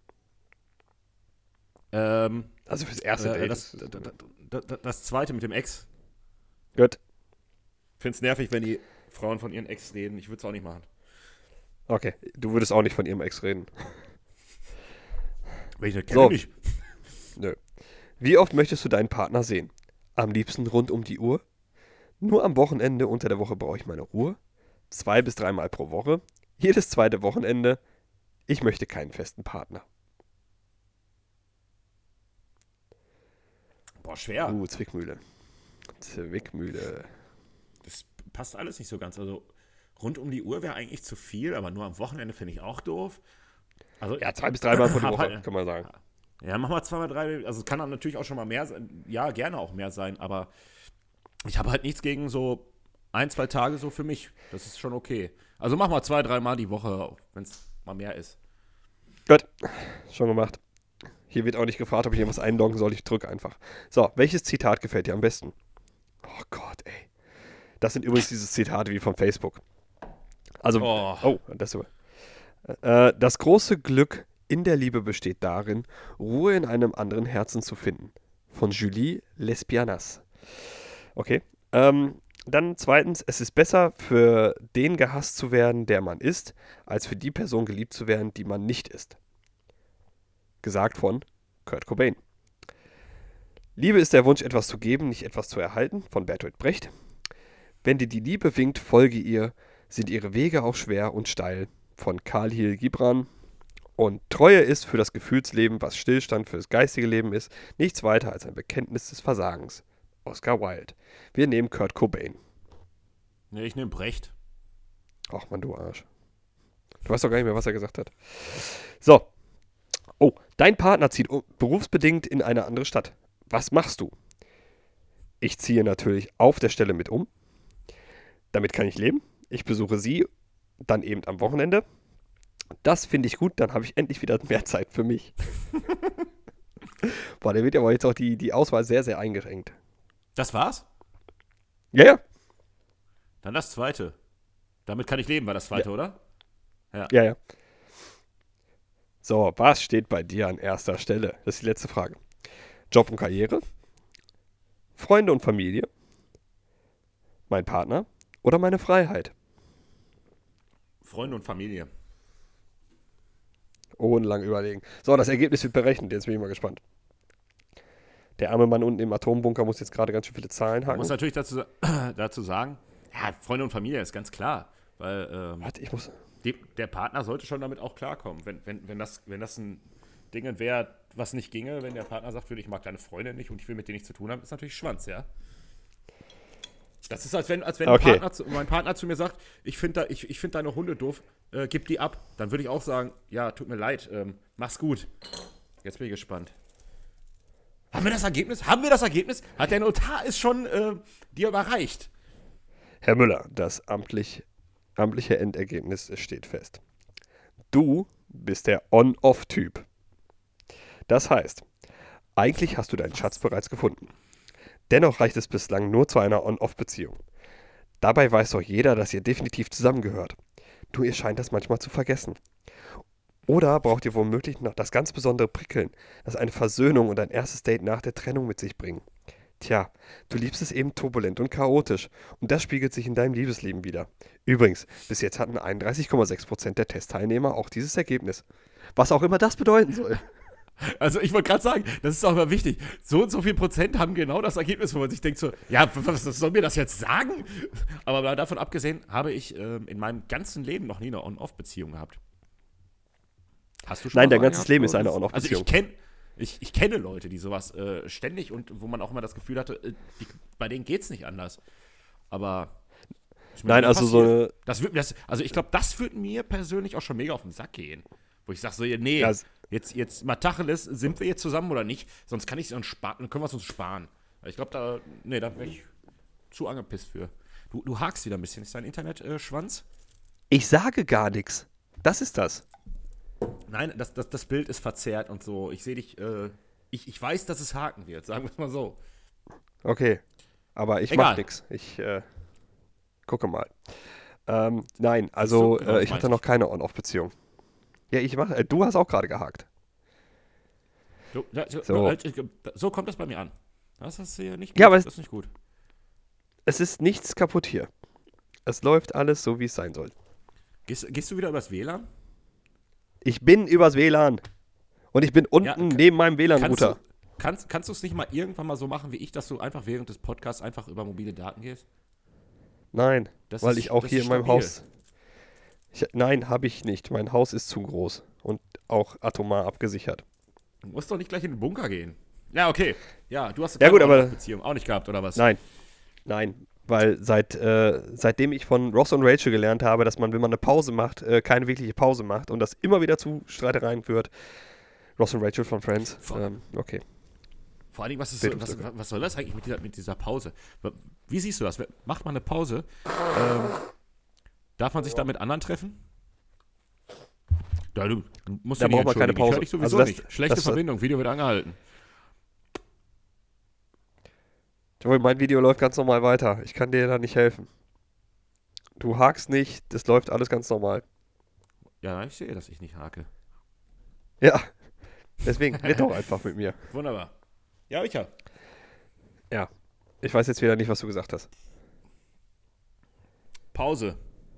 B: Also fürs erste Date.
A: Das zweite mit dem Ex.
B: Gut.
A: Ich finde es nervig, wenn die Frauen von ihren Ex reden. Ich würde es auch nicht machen.
B: Okay, du würdest auch nicht von ihrem Ex reden.
A: Wenn ich das kenne,
B: So.
A: nicht.
B: Nö. Wie oft möchtest du deinen Partner sehen? Am liebsten rund um die Uhr? Nur am Wochenende, unter der Woche brauche ich meine Ruhe? 2 bis 3 Mal pro Woche? Jedes zweite Wochenende? Ich möchte keinen festen Partner.
A: Boah, schwer.
B: Zwickmühle. Zwickmühle.
A: Das passt alles nicht so ganz. Also rund um die Uhr wäre eigentlich zu viel, aber nur am Wochenende finde ich auch doof. Also,
B: Ja, 2 bis 3 Mal pro
A: hab
B: Woche,
A: halt-
B: kann man sagen.
A: Ja, mach mal 2 mal 3. Also es kann dann natürlich auch schon mal mehr sein. Ja, gerne auch mehr sein, aber ich habe halt nichts gegen so 1, 2 Tage so für mich. Das ist schon okay. Also mach mal 2, 3 Mal die Woche, wenn es mal mehr ist.
B: Gut, schon gemacht. Hier wird auch nicht gefragt, ob ich irgendwas einloggen soll. Ich drücke einfach. So, welches Zitat gefällt dir am besten? Oh Gott, ey. Das sind übrigens diese Zitate wie von Facebook. Also, das große Glück in der Liebe besteht darin, Ruhe in einem anderen Herzen zu finden. Von Julie Lespianas. Okay. Dann zweitens, es ist besser, für den gehasst zu werden, der man ist, als für die Person geliebt zu werden, die man nicht ist. Gesagt von Kurt Cobain. Liebe ist der Wunsch, etwas zu geben, nicht etwas zu erhalten, von Bertolt Brecht. Wenn dir die Liebe winkt, folge ihr, sind ihre Wege auch schwer und steil, von Khalil Gibran. Und Treue ist für das Gefühlsleben, was Stillstand für das geistige Leben ist, nichts weiter als ein Bekenntnis des Versagens. Oscar Wilde. Wir nehmen Kurt Cobain.
A: Ne, ich nehme Brecht.
B: Ach man, du Arsch. Du weißt doch gar nicht mehr, was er gesagt hat. So. Oh, dein Partner zieht berufsbedingt in eine andere Stadt. Was machst du? Ich ziehe natürlich auf der Stelle mit um. Damit kann ich leben. Ich besuche sie dann eben am Wochenende. Das finde ich gut, dann habe ich endlich wieder mehr Zeit für mich. Boah, der wird aber jetzt auch die Auswahl sehr, sehr eingeschränkt.
A: Das war's?
B: Ja, ja.
A: Dann das zweite. Damit kann ich leben, war das zweite,
B: Ja.
A: oder?
B: Ja, ja. So, was steht bei dir an erster Stelle? Das ist die letzte Frage. Job und Karriere? Freunde und Familie? Mein Partner? Oder meine Freiheit?
A: Freunde und Familie.
B: Lang überlegen. So, das Ergebnis wird berechnet. Jetzt bin ich mal gespannt. Der arme Mann unten im Atombunker muss jetzt gerade ganz schön viele Zahlen
A: Man
B: haken.
A: muss natürlich dazu sagen, ja, Freunde und Familie ist ganz klar. Weil
B: Warte, ich muss...
A: der Partner sollte schon damit auch klarkommen. Wenn das ein Ding wäre, was nicht ginge, wenn der Partner sagt, ich mag deine Freunde nicht und ich will mit denen nichts zu tun haben, ist natürlich Schwanz, ja. Das ist, als wenn
B: Okay.
A: mein Partner zu mir sagt, ich finde deine Hunde doof, gib die ab. Dann würde ich auch sagen, ja, tut mir leid, mach's gut. Jetzt bin ich gespannt. Haben wir das Ergebnis? Hat der Notar es schon dir überreicht?
B: Herr Müller, das amtliche Endergebnis steht fest. Du bist der On-Off-Typ. Das heißt, eigentlich hast du deinen Schatz bereits gefunden. Dennoch reicht es bislang nur zu einer On-Off-Beziehung. Dabei weiß doch jeder, dass ihr definitiv zusammengehört. Nur ihr scheint das manchmal zu vergessen. Oder braucht ihr womöglich noch das ganz besondere Prickeln, das eine Versöhnung und ein erstes Date nach der Trennung mit sich bringen. Tja, du liebst es eben turbulent und chaotisch. Und das spiegelt sich in deinem Liebesleben wieder. Übrigens, bis jetzt hatten 31,6% der Testteilnehmer auch dieses Ergebnis. Was auch immer das bedeuten soll.
A: Also ich wollte gerade sagen, das ist auch mal wichtig. So und so viel Prozent haben genau das Ergebnis, wo man sich denkt so, ja, was soll mir das jetzt sagen? Aber mal davon abgesehen, habe ich in meinem ganzen Leben noch nie eine On-Off-Beziehung gehabt. Hast du schon
B: Nein,
A: mal
B: dein
A: so eine
B: ganzes
A: gehabt?
B: Leben ist
A: Oder
B: eine
A: bist-
B: On-Off-Beziehung.
A: Ich kenne Leute, die sowas ständig und wo man auch immer das Gefühl hatte, bei denen geht's nicht anders. Aber ist mir
B: Nein,
A: nie
B: also so
A: passiert.
B: eine.
A: Also ich glaube, das würde mir persönlich auch schon mega auf den Sack gehen. Wo ich sage so, nee,
B: Ja,
A: jetzt mal Tacheles, sind wir jetzt zusammen oder nicht? Sonst kann ich es uns sparen, dann können wir es uns sparen. Weil ich glaube, da wäre ich zu angepisst für. Du hakst wieder ein bisschen. Ist dein Internet Schwanz?
B: ich sage gar nichts. Das ist das.
A: Nein, das Bild ist verzerrt und so. Ich sehe dich, ich weiß, dass es haken wird, sagen wir es mal so.
B: Okay. Aber ich
A: Egal.
B: mach nichts. Ich gucke mal. Nein, also
A: So, genau, das
B: ich
A: meinte
B: hatte noch
A: ich.
B: keine On-Off-Beziehung. Ja, du hast auch gerade gehakt. So.
A: So kommt das bei mir an. Das ist hier nicht gut.
B: Ja, aber
A: Das ist nicht gut.
B: es ist nichts kaputt hier. Es läuft alles so, wie es sein soll.
A: Gehst du wieder übers WLAN?
B: Ich bin übers WLAN. Und ich bin unten neben meinem WLAN-Router.
A: Kannst du es nicht mal irgendwann mal so machen wie ich, dass du einfach während des Podcasts einfach über mobile Daten gehst?
B: Nein,
A: Das
B: weil
A: ist-
B: ich auch
A: das
B: hier
A: ist
B: in meinem
A: stabil.
B: Haus. Nein, habe ich nicht. Mein Haus ist zu groß und auch atomar abgesichert.
A: Du musst doch nicht gleich in den Bunker gehen. Ja, okay. Ja, du hast
B: Ja, gut, aber-
A: Beziehung auch nicht gehabt, oder was?
B: Nein, weil seitdem ich von Ross und Rachel gelernt habe, dass man, wenn man eine Pause macht, keine wirkliche Pause macht und das immer wieder zu Streitereien führt. Ross und Rachel von Friends. Okay.
A: Vor allen Dingen,
B: Bildungslücke.
A: was soll das eigentlich mit dieser Pause? Wie siehst du das? Macht man eine Pause? Darf man sich da mit anderen treffen? Ja, du musst
B: Da
A: dich nicht
B: braucht man keine
A: entschuldigen. Ich
B: Pause.
A: höre dich sowieso
B: Also das-
A: nicht. Schlechte
B: das-
A: Verbindung, Video wird angehalten.
B: Joey, mein Video läuft ganz normal weiter. Ich kann dir da nicht helfen. Du hakst nicht, das läuft alles ganz normal.
A: Ja, ich sehe, dass ich nicht hake.
B: Ja, deswegen red doch einfach mit mir.
A: Wunderbar. Ja, ich ja.
B: Ja, ich weiß jetzt wieder nicht, was du gesagt hast.
A: Pause.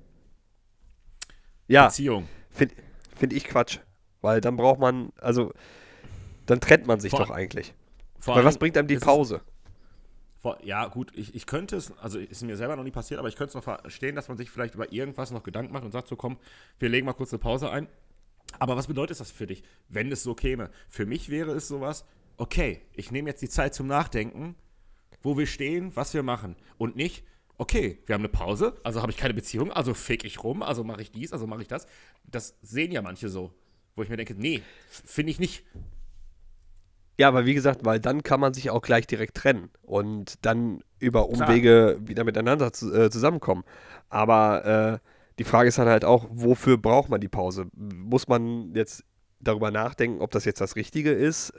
B: Ja,
A: Beziehung.
B: find ich Quatsch. Weil dann braucht man, also, dann trennt man sich
A: Vor-
B: doch eigentlich.
A: Vor
B: Weil
A: allen
B: was
A: Dingen,
B: bringt einem die
A: es ist-
B: Pause?
A: Ja, gut, ich könnte es, also ist mir selber noch nie passiert, aber ich könnte es noch verstehen, dass man sich vielleicht über irgendwas noch Gedanken macht und sagt so, komm, wir legen mal kurz eine Pause ein. Aber was bedeutet das für dich, wenn es so käme? Für mich wäre es sowas, okay, ich nehme jetzt die Zeit zum Nachdenken, wo wir stehen, was wir machen. Und nicht, okay, wir haben eine Pause, also habe ich keine Beziehung, also fick ich rum, also mache ich dies, also mache ich das. Das sehen ja manche so, wo ich mir denke, nee, finde ich nicht.
B: Ja, aber wie gesagt, weil dann kann man sich auch gleich direkt trennen und dann über
A: Klar.
B: Umwege wieder miteinander zusammenkommen. Aber die Frage ist dann halt auch, wofür braucht man die Pause? Muss man jetzt darüber nachdenken, ob das jetzt das Richtige ist?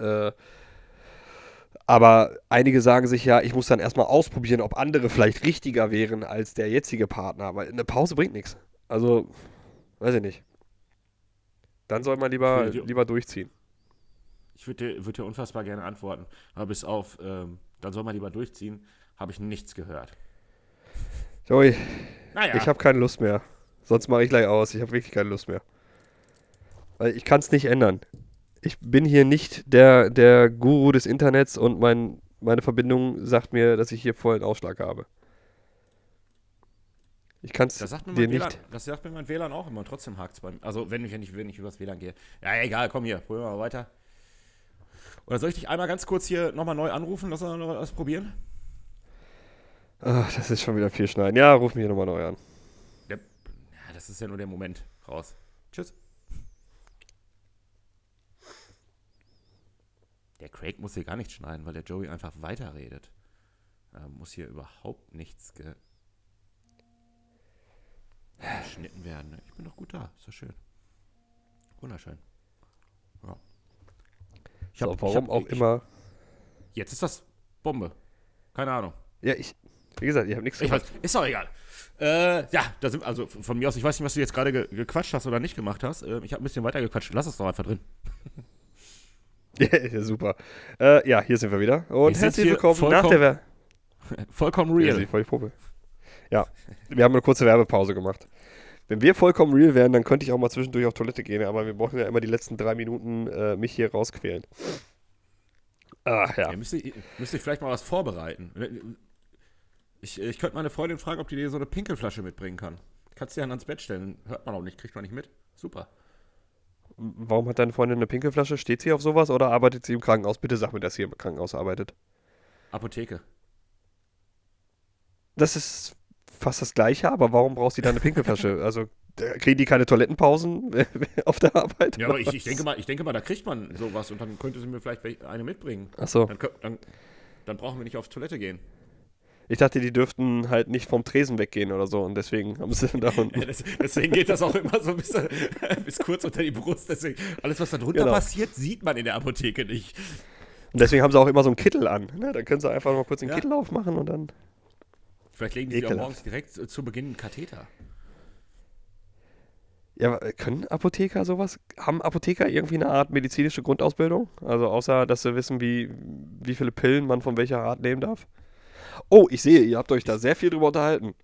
B: Aber einige sagen sich ja, ich muss dann erstmal ausprobieren, ob andere vielleicht richtiger wären als der jetzige Partner. Aber eine Pause bringt nichts. Also, weiß ich nicht. Dann soll man lieber durchziehen.
A: Ich würde dir unfassbar gerne antworten, aber bis auf, dann soll man lieber durchziehen, habe ich nichts gehört.
B: Joey,
A: Naja,
B: ich habe keine Lust mehr. Sonst mache ich gleich aus. Ich habe wirklich keine Lust mehr. Weil ich kann es nicht ändern. Ich bin hier nicht der Guru des Internets und meine Verbindung sagt mir, dass ich hier vollen Ausschlag habe. Ich kann es
A: das sagt mir
B: dir
A: mein WLAN,
B: nicht.
A: das sagt mir mein WLAN auch immer, und trotzdem hakt es bei mir. Also wenn ich übers WLAN gehe. Ja, egal, komm hier, probieren wir mal weiter. Oder soll ich dich einmal ganz kurz hier nochmal neu anrufen? Lass uns noch was probieren?
B: Ach, das ist schon wieder viel Schneiden. Ja, ruf mich hier nochmal neu an.
A: Ja, das ist ja nur der Moment. Raus. Tschüss. Der Craig muss hier gar nicht schneiden, weil der Joey einfach weiterredet. Muss hier überhaupt nichts geschnitten werden. Ne? Ich bin doch gut da. Ist doch schön. Wunderschön. Ja.
B: Immer.
A: Jetzt ist das Bombe. Keine Ahnung.
B: Ja, wie gesagt, ich habe nichts
A: Ich
B: gemacht.
A: weiß, ist doch egal. Ja, da sind, also von mir aus, ich weiß nicht, was du jetzt gerade gequatscht hast oder nicht gemacht hast. Ich habe ein bisschen weiter gequatscht. Lass es doch einfach drin.
B: Ja, super. Ja, hier sind wir wieder. Und
A: Wir sind
B: herzlich
A: hier
B: willkommen nach der
A: vollkommen
B: Ja,
A: real.
B: sehe ich voll die Puppe. Ja, wir haben eine kurze Werbepause gemacht. Wenn wir vollkommen real wären, dann könnte ich auch mal zwischendurch auf Toilette gehen, aber wir brauchen ja immer die letzten 3 Minuten mich hier rausquälen. Ach ja.
A: Ja, müsste ich vielleicht mal was vorbereiten. Ich könnte meine Freundin fragen, ob die dir so eine Pinkelflasche mitbringen kann. Kannst du die ans Bett stellen. Hört man auch nicht, kriegt man nicht mit. Super.
B: Warum hat deine Freundin eine Pinkelflasche? Steht sie auf sowas oder arbeitet sie im Krankenhaus? Bitte sag mir, dass sie im Krankenhaus arbeitet.
A: Apotheke.
B: Das ist fast das Gleiche, aber warum braucht sie da eine Pinkelflasche? Also, kriegen die keine Toilettenpausen auf der Arbeit?
A: Ja, aber
B: oder
A: ich denke mal, da kriegt man sowas und dann könnte sie mir vielleicht eine mitbringen.
B: Ach so.
A: Dann brauchen wir nicht auf Toilette gehen.
B: Ich dachte, die dürften halt nicht vom Tresen weggehen oder so und deswegen haben sie da unten.
A: Ja, deswegen geht das auch immer so bis kurz unter die Brust. Deswegen, alles, was da drunter
B: Genau.
A: passiert, sieht man in der Apotheke nicht.
B: Und deswegen haben sie auch immer so einen Kittel an. Ne? Dann können sie einfach mal kurz den
A: Ja.
B: Kittel aufmachen und dann.
A: Vielleicht legen die sich auch
B: Ekelhaft.
A: morgens direkt zu Beginn einen Katheter.
B: Ja, können Apotheker sowas? Haben Apotheker irgendwie eine Art medizinische Grundausbildung? Also außer, dass sie wissen, wie viele Pillen man von welcher Art nehmen darf? Oh, ich sehe, ihr habt euch da sehr viel drüber unterhalten.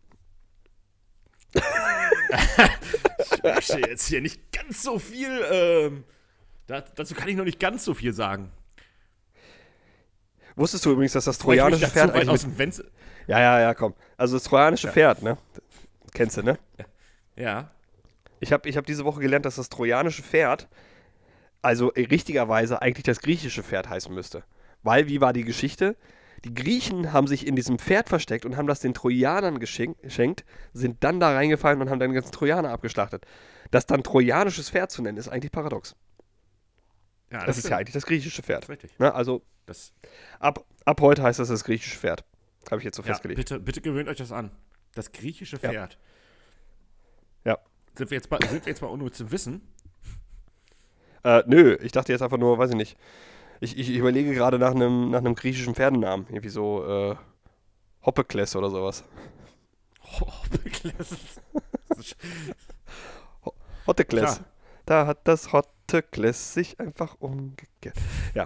A: Ich möchte jetzt hier nicht ganz so viel. Dazu kann ich noch nicht ganz so viel sagen.
B: Wusstest du übrigens, dass das
A: Bevor ich mich
B: trojanische
A: dazu
B: Pferd
A: weit aus
B: eigentlich
A: dem Fenster.
B: Ja, komm. Also das trojanische
A: Ja.
B: Pferd, ne? Kennst du, ne?
A: Ja.
B: Ich hab diese Woche gelernt, dass das trojanische Pferd, also richtigerweise eigentlich das griechische Pferd heißen müsste. Weil, wie war die Geschichte? Die Griechen haben sich in diesem Pferd versteckt und haben das den Trojanern geschenkt, sind dann da reingefallen und haben dann den ganzen Trojaner abgeschlachtet. Das dann trojanisches Pferd zu nennen, ist eigentlich paradox.
A: Ja,
B: Das ist ja eigentlich das griechische
A: Das
B: Pferd.
A: ist richtig.
B: Ne? Also
A: Das,
B: ab heute heißt das griechische Pferd. Habe ich jetzt so
A: ja,
B: festgelegt.
A: bitte gewöhnt euch das an. Das griechische
B: Ja.
A: Pferd.
B: Ja.
A: Sind wir jetzt bei unnützem Wissen?
B: Nö, ich dachte jetzt einfach nur, weiß ich nicht. Ich überlege gerade nach einem griechischen Pferdenamen. Irgendwie so Hoppekles oder sowas.
A: Oh,
B: Hottekles.
A: Klar.
B: Da hat das Hottekles sich einfach umgekehrt. Ja.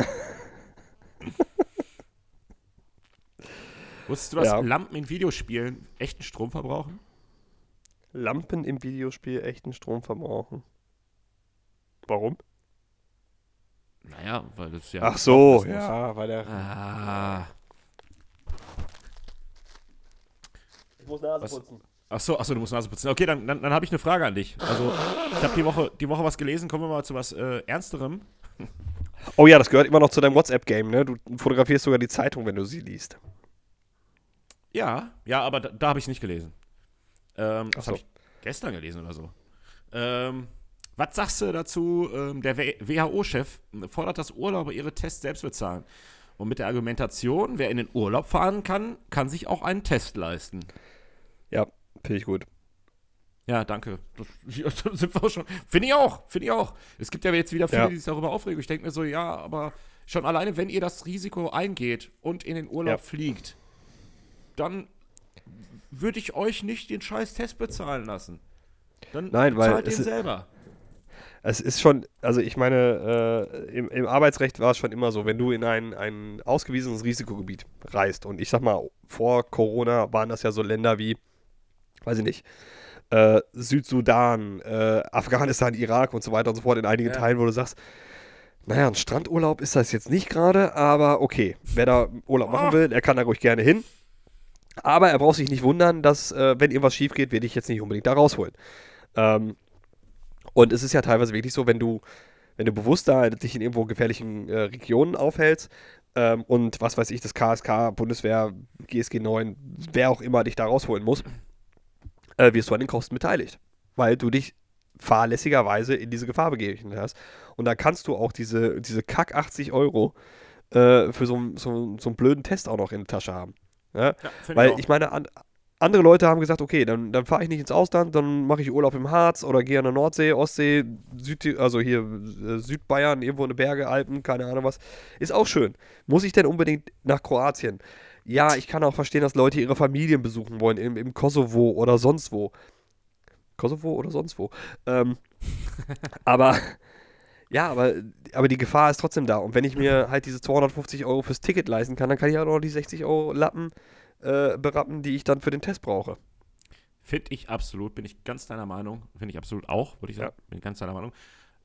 A: Wusstest du, dass
B: Ja.
A: Lampen in Videospielen echten Strom verbrauchen?
B: Lampen im Videospiel echten Strom verbrauchen. Warum?
A: Naja, weil das ja.
B: Ach so,
A: offen ist.
B: ja, weil der.
A: Ah.
B: Ich muss Nase
A: Was?
B: putzen.
A: Ach so, du musst Nase putzen. Okay, dann habe ich eine Frage an dich. Also, ich habe die Woche was gelesen. Kommen wir mal zu was Ernsterem.
B: Oh ja, das gehört immer noch zu deinem WhatsApp-Game, ne? Du fotografierst sogar die Zeitung, wenn du sie liest.
A: Ja, aber da habe ich nicht gelesen.
B: Ach
A: Das
B: so.
A: habe ich gestern gelesen oder so. Was sagst du dazu? Der WHO-Chef fordert, dass Urlauber ihre Tests selbst bezahlen. Und mit der Argumentation, wer in den Urlaub fahren kann, kann sich auch einen Test leisten.
B: Ja, finde ich gut.
A: Ja, danke. Da sind wir auch schon. Finde ich auch. Es gibt ja jetzt wieder viele,
B: Ja.
A: die sich darüber aufregen. Ich denke mir so, ja, aber schon alleine, wenn ihr das Risiko eingeht und in den Urlaub
B: Ja.
A: fliegt, dann würde ich euch nicht den scheiß Test bezahlen lassen. Dann
B: Nein, weil
A: bezahlt
B: es
A: den
B: ist-
A: selber.
B: Es ist schon, also ich meine, im Arbeitsrecht war es schon immer so, wenn du in ein ausgewiesenes Risikogebiet reist und ich sag mal, vor Corona waren das ja so Länder wie, weiß ich nicht, Südsudan, Afghanistan, Irak und so weiter und so fort in einigen
A: Ja.
B: Teilen, wo du sagst, naja, ein Strandurlaub ist das jetzt nicht gerade, aber okay, wer da Urlaub machen will, der kann da ruhig gerne hin. Aber er braucht sich nicht wundern, dass, wenn irgendwas schief geht, werde ich jetzt nicht unbedingt da rausholen. Und es ist ja teilweise wirklich so, wenn du bewusst da dich in irgendwo gefährlichen Regionen aufhältst und was weiß ich, das KSK, Bundeswehr, GSG 9, wer auch immer dich da rausholen muss, wirst du an den Kosten beteiligt. Weil du dich fahrlässigerweise in diese Gefahr begeben hast. Und da kannst du auch diese Kack 80 Euro für so einen blöden Test auch noch in der Tasche haben. Ja?
A: Ja, find
B: Weil
A: auch.
B: ich meine, andere Leute haben gesagt, okay, dann fahre ich nicht ins Ausland, dann mache ich Urlaub im Harz oder gehe an der Nordsee, Ostsee, also hier Südbayern, irgendwo in den Berge, Alpen, keine Ahnung was. Ist auch schön. Muss ich denn unbedingt nach Kroatien? Ja, ich kann auch verstehen, dass Leute ihre Familien besuchen wollen, im Kosovo oder sonst wo. Kosovo oder sonst wo. Aber Ja, aber die Gefahr ist trotzdem da. Und wenn ich mir halt diese 250 Euro fürs Ticket leisten kann, dann kann ich auch noch die 60 Euro Lappen berappen, die ich dann für den Test brauche.
A: Finde ich absolut, bin ich ganz deiner Meinung. Finde ich absolut auch, würde ich sagen.
B: Ja.
A: Bin ich ganz deiner Meinung.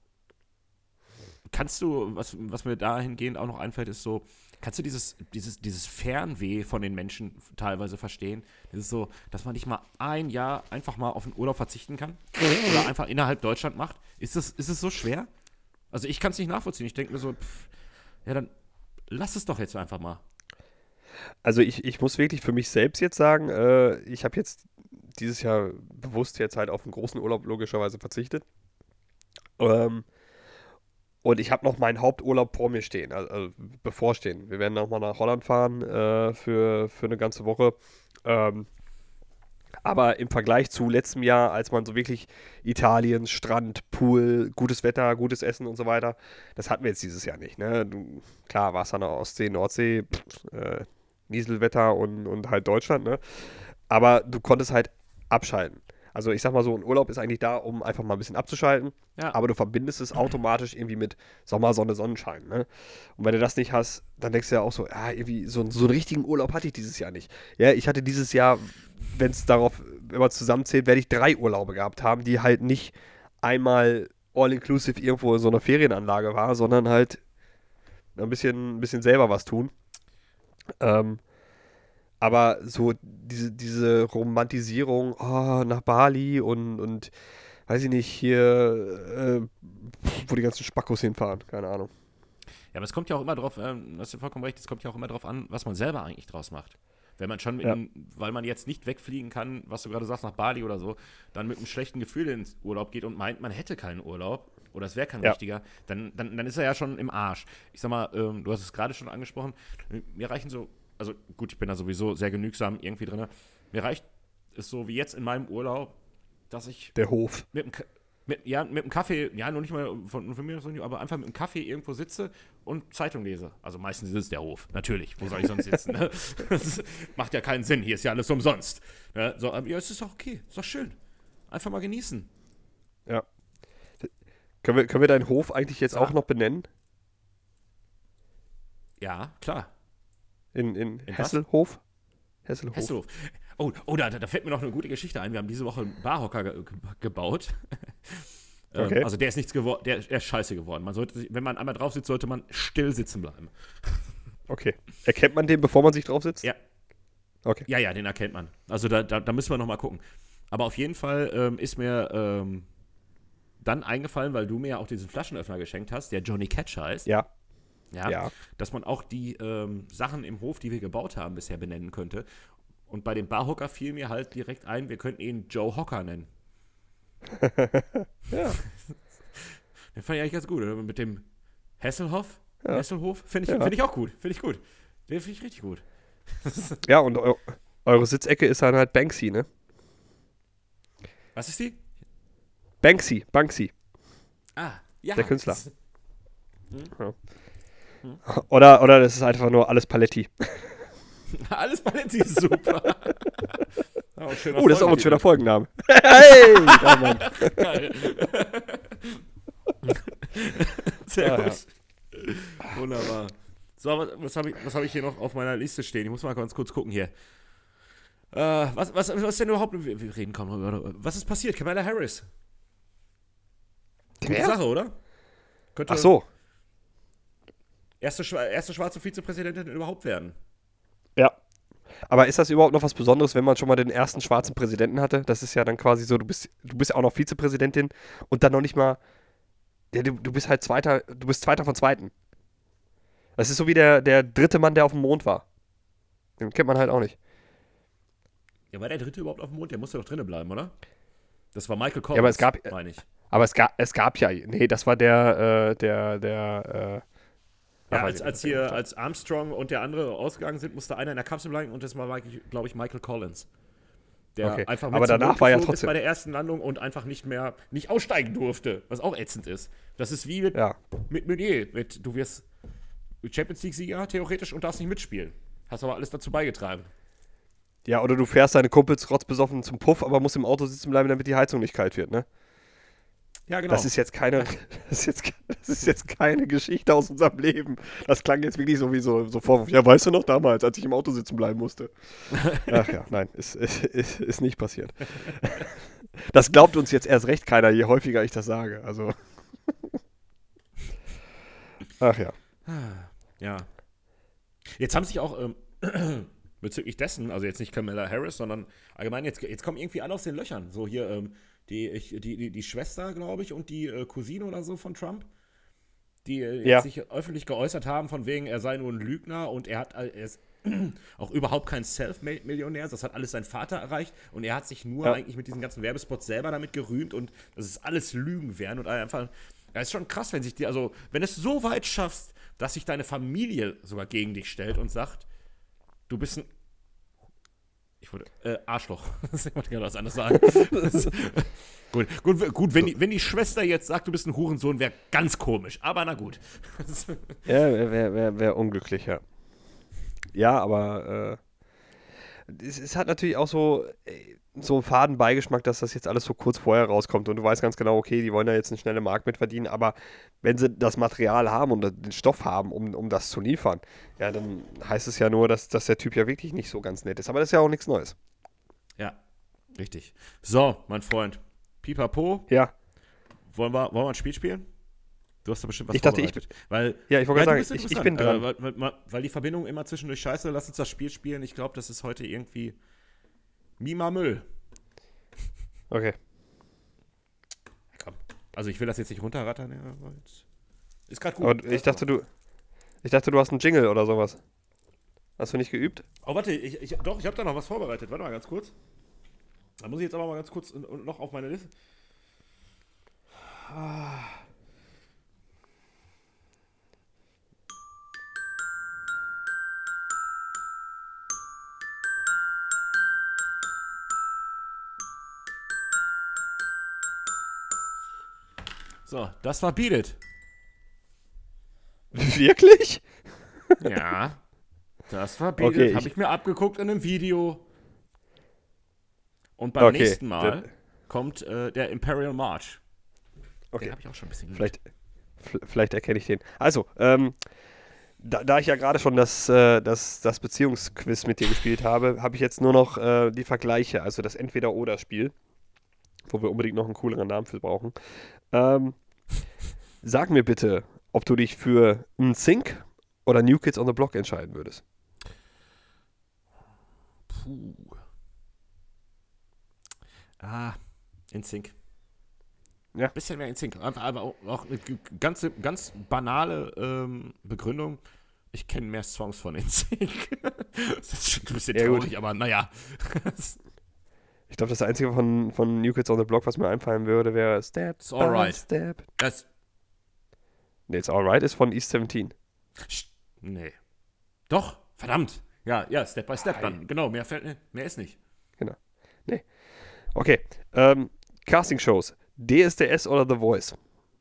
A: Kannst du, was mir dahingehend auch noch einfällt, ist so, kannst du dieses Fernweh von den Menschen teilweise verstehen? Das ist so, dass man nicht mal ein Jahr einfach mal auf den Urlaub verzichten kann oder einfach innerhalb Deutschland macht. Ist es so schwer? Also ich kann es nicht nachvollziehen. Ich denke mir so, ja dann lass es doch jetzt einfach mal.
B: Also ich muss wirklich für mich selbst jetzt sagen, ich habe jetzt dieses Jahr bewusst jetzt halt auf einen großen Urlaub logischerweise verzichtet. Ähm, und ich habe noch meinen Haupturlaub vor mir stehen, also bevorstehen. Wir werden nochmal nach Holland fahren für eine ganze Woche. Ähm, aber im Vergleich zu letztem Jahr, als man so wirklich Italien, Strand, Pool, gutes Wetter, gutes Essen und so weiter, das hatten wir jetzt dieses Jahr nicht. Ne? Klar, war es an der Ostsee, Nordsee, Nieselwetter und halt Deutschland, ne? Aber du konntest halt abschalten. Also ich sag mal so, ein Urlaub ist eigentlich da, um einfach mal ein bisschen abzuschalten,
A: Ja.
B: aber du verbindest es automatisch irgendwie mit Sommer, Sonne, Sonnenschein, ne? Und wenn du das nicht hast, dann denkst du ja auch so, irgendwie so einen richtigen Urlaub hatte ich dieses Jahr nicht. Ja, ich hatte dieses Jahr, wenn man zusammenzählt, werde ich 3 Urlaube gehabt haben, die halt nicht einmal all-inclusive irgendwo in so einer Ferienanlage war, sondern halt ein bisschen selber was tun. Ähm, aber so diese Romantisierung, nach Bali und weiß ich nicht, hier, wo die ganzen Spackos hinfahren, keine Ahnung.
A: Ja, aber es kommt ja auch immer drauf, hast du vollkommen recht, es kommt ja auch immer drauf an, was man selber eigentlich draus macht. Wenn man schon,
B: Ja,
A: weil man jetzt nicht wegfliegen kann, was du gerade sagst, nach Bali oder so, dann mit einem schlechten Gefühl ins Urlaub geht und meint, man hätte keinen Urlaub oder es wäre kein
B: ja,
A: richtiger, dann ist er ja schon im Arsch. Ich sag mal, du hast es gerade schon angesprochen, mir reichen so, also gut, ich bin da sowieso sehr genügsam irgendwie drin, mir reicht es so wie jetzt in meinem Urlaub, dass ich
B: der Hof.
A: mit dem, mit dem Kaffee, ja, noch nicht mal von mir, aber einfach mit dem Kaffee irgendwo sitze und Zeitung lese. Also meistens ist es der Hof, natürlich. Wo soll ich sonst sitzen? Ne? Das macht ja keinen Sinn, hier ist ja alles umsonst. Ja, so, aber ja, es ist doch okay, ist doch schön. Einfach mal genießen.
B: Ja. Können wir deinen Hof eigentlich jetzt auch
A: Ja,
B: noch benennen?
A: ja klar.
B: In
A: In was?
B: Hesselhof? Hesselhof.
A: Hesselhof. Oh, da fällt mir noch eine gute Geschichte ein. Wir haben diese Woche einen Barhocker gebaut.
B: Okay.
A: Also der ist nichts geworden, der ist scheiße geworden. Man sollte sich, wenn man einmal drauf sitzt, sollte man still sitzen bleiben.
B: Okay. Erkennt man den, bevor man sich drauf sitzt?
A: Ja,
B: Okay.
A: ja, den erkennt man. Also da müssen wir noch mal gucken. Aber auf jeden Fall ist mir dann eingefallen, weil du mir ja auch diesen Flaschenöffner geschenkt hast, der Johnny Cash heißt,
B: Ja.
A: ja,
B: Ja.
A: dass man auch die Sachen im Hof, die wir gebaut haben, bisher benennen könnte. Und bei dem Barhocker fiel mir halt direkt ein, wir könnten ihn Joe Hocker nennen.
B: Ja.
A: Den fand ich eigentlich ganz gut. Oder? Mit dem Hesselhoff,
B: Ja.
A: Hesselhof, finde ich,
B: Ja.
A: find ich auch gut. Finde ich gut. Den finde ich richtig gut.
B: Ja, und eure Sitzecke ist dann halt Banksy, ne?
A: Was ist die?
B: Banksy,
A: Ah, ja.
B: der Künstler.
A: Hm?
B: Ja.
A: Hm?
B: Oder das ist einfach nur alles Paletti.
A: Alles Paletti ist super. Ja, und schöner
B: Oh, das ist auch ein schöner
A: Folgentitel.
B: Folgenname. Hey! Ja, Mann.
A: Geil. Sehr
B: Ah,
A: gut. Wunderbar. So, was hab ich hier noch auf meiner Liste stehen? Ich muss mal ganz kurz gucken hier. Was denn überhaupt? Wir reden kaum darüber. Was ist passiert? Kamala Harris. Gute
B: Wer?
A: Sache, oder? Könnte
B: Ach so.
A: erste schwarze Vizepräsidentin überhaupt werden.
B: Ja. Aber ist das überhaupt noch was Besonderes, wenn man schon mal den ersten schwarzen Präsidenten hatte? Das ist ja dann quasi so, du bist auch noch Vizepräsidentin und dann noch nicht mal. Ja, du bist halt Zweiter von Zweiten. Das ist so wie der dritte Mann, der auf dem Mond war. Den kennt man halt auch nicht.
A: Ja, war der dritte überhaupt auf dem Mond? Der musste doch drinnen bleiben, oder? Das war Michael
B: Ja, aber
A: Collins, meine ich.
B: es gab ja. Nee, das war der.
A: Ja,
B: weiß ich nicht,
A: als Armstrong und der andere ausgegangen sind, musste einer in der Kapsel bleiben und das war, glaube ich, Michael Collins. Der
B: Okay.
A: einfach
B: Aber
A: zum
B: danach
A: Mond
B: war ja
A: geflogen ist
B: trotzdem.
A: bei der ersten Landung und einfach nicht aussteigen durfte, was auch ätzend ist. Das ist wie
B: Ja.
A: mit Meunier. Du wirst Champions League-Sieger theoretisch und darfst nicht mitspielen. Hast aber alles dazu beigetragen.
B: Ja, oder du fährst deine Kumpels rotzbesoffen zum Puff, aber musst im Auto sitzen bleiben, damit die Heizung nicht kalt wird, ne?
A: Ja, genau.
B: Das ist jetzt keine, das ist jetzt keine Geschichte aus unserem Leben. Das klang jetzt wirklich so wie so Vorwurf. Ja, weißt du noch damals, als ich im Auto sitzen bleiben musste? Ach ja, nein, ist nicht passiert. Das glaubt uns jetzt erst recht keiner, je häufiger ich das sage. Also, ach ja.
A: Ja. Jetzt haben sich auch bezüglich dessen, also jetzt nicht Kamala Harris, sondern allgemein, jetzt kommen irgendwie alle aus den Löchern. So hier, die Schwester, glaube ich, und die Cousine oder so von Trump, die
B: Ja,
A: jetzt sich öffentlich geäußert haben, von wegen, er sei nur ein Lügner und er ist auch überhaupt kein Self-Made-Millionär. Das hat alles sein Vater erreicht und er hat sich nur
B: ja,
A: eigentlich mit diesen ganzen Werbespots selber damit gerühmt und dass es alles Lügen wären und einfach. Ja, ist schon krass, wenn es so weit schaffst, dass sich deine Familie sogar gegen dich stellt und sagt, du bist ein Arschloch. Ich wollte gerade was anderes sagen. Gut, wenn die Schwester jetzt sagt, du bist ein Hurensohn, wäre ganz komisch. Aber na gut.
B: ja, wär unglücklich, ja. Ja, aber es hat natürlich auch so einen faden Beigeschmack, dass das jetzt alles so kurz vorher rauskommt und du weißt ganz genau, okay, die wollen ja jetzt eine schnelle Mark mitverdienen, aber wenn sie das Material haben und den Stoff haben, um das zu liefern, ja, dann heißt es ja nur, dass der Typ ja wirklich nicht so ganz nett ist. Aber das ist ja auch nichts Neues.
A: Ja, richtig. So, mein Freund. Pipapo,
B: Ja,
A: wollen wir ein Spiel spielen? Du hast da bestimmt was
B: ich dachte,
A: vorbereitet. Weil,
B: ja, ich wollte
A: ja,
B: gerade sagen, ich bin dran.
A: weil die Verbindung immer zwischendurch scheiße, lass uns das Spiel spielen. Ich glaube, das ist heute irgendwie Mima Müll.
B: Okay.
A: Komm. Also ich will das jetzt nicht runterrattern, ja, aber ist gerade gut.
B: Aber ich dachte, du hast einen Jingle oder sowas. Hast du nicht geübt?
A: Oh, warte, ich habe da noch was vorbereitet. Warte mal ganz kurz. Da muss ich jetzt aber mal ganz kurz noch auf meine Liste. So, das war Beat It.
B: Wirklich?
A: Ja, das war Beat
B: Okay,
A: It. Habe ich mir abgeguckt in einem Video. Und beim nächsten Mal kommt der Imperial March.
B: Okay.
A: Den habe ich auch schon ein bisschen geübt.
B: Vielleicht erkenne ich den. Also, da ich ja gerade schon das Beziehungsquiz mit dir gespielt habe, habe ich jetzt nur noch die Vergleiche, also das Entweder-Oder-Spiel, wo wir unbedingt noch einen cooleren Namen für brauchen. Sag mir bitte, ob du dich für NSYNC oder New Kids on the Block entscheiden würdest.
A: Puh. NSYNC.
B: Ja.
A: Bisschen mehr NSYNC. Aber auch eine ganz banale Begründung. Ich kenne mehr Songs von NSYNC. Das ist schon ein bisschen traurig,
B: gut.
A: aber naja.
B: Ich glaube, das Einzige von New Kids on the Block, was mir einfallen würde, wäre Step
A: It's alright.
B: by Step.
A: Das.
B: Nee, It's Alright ist von East 17.
A: Nee. Doch, verdammt. Ja, Step by Step dann. Genau, mehr ist nicht.
B: Genau. Nee. Okay. Casting-Shows. DSDS oder The Voice?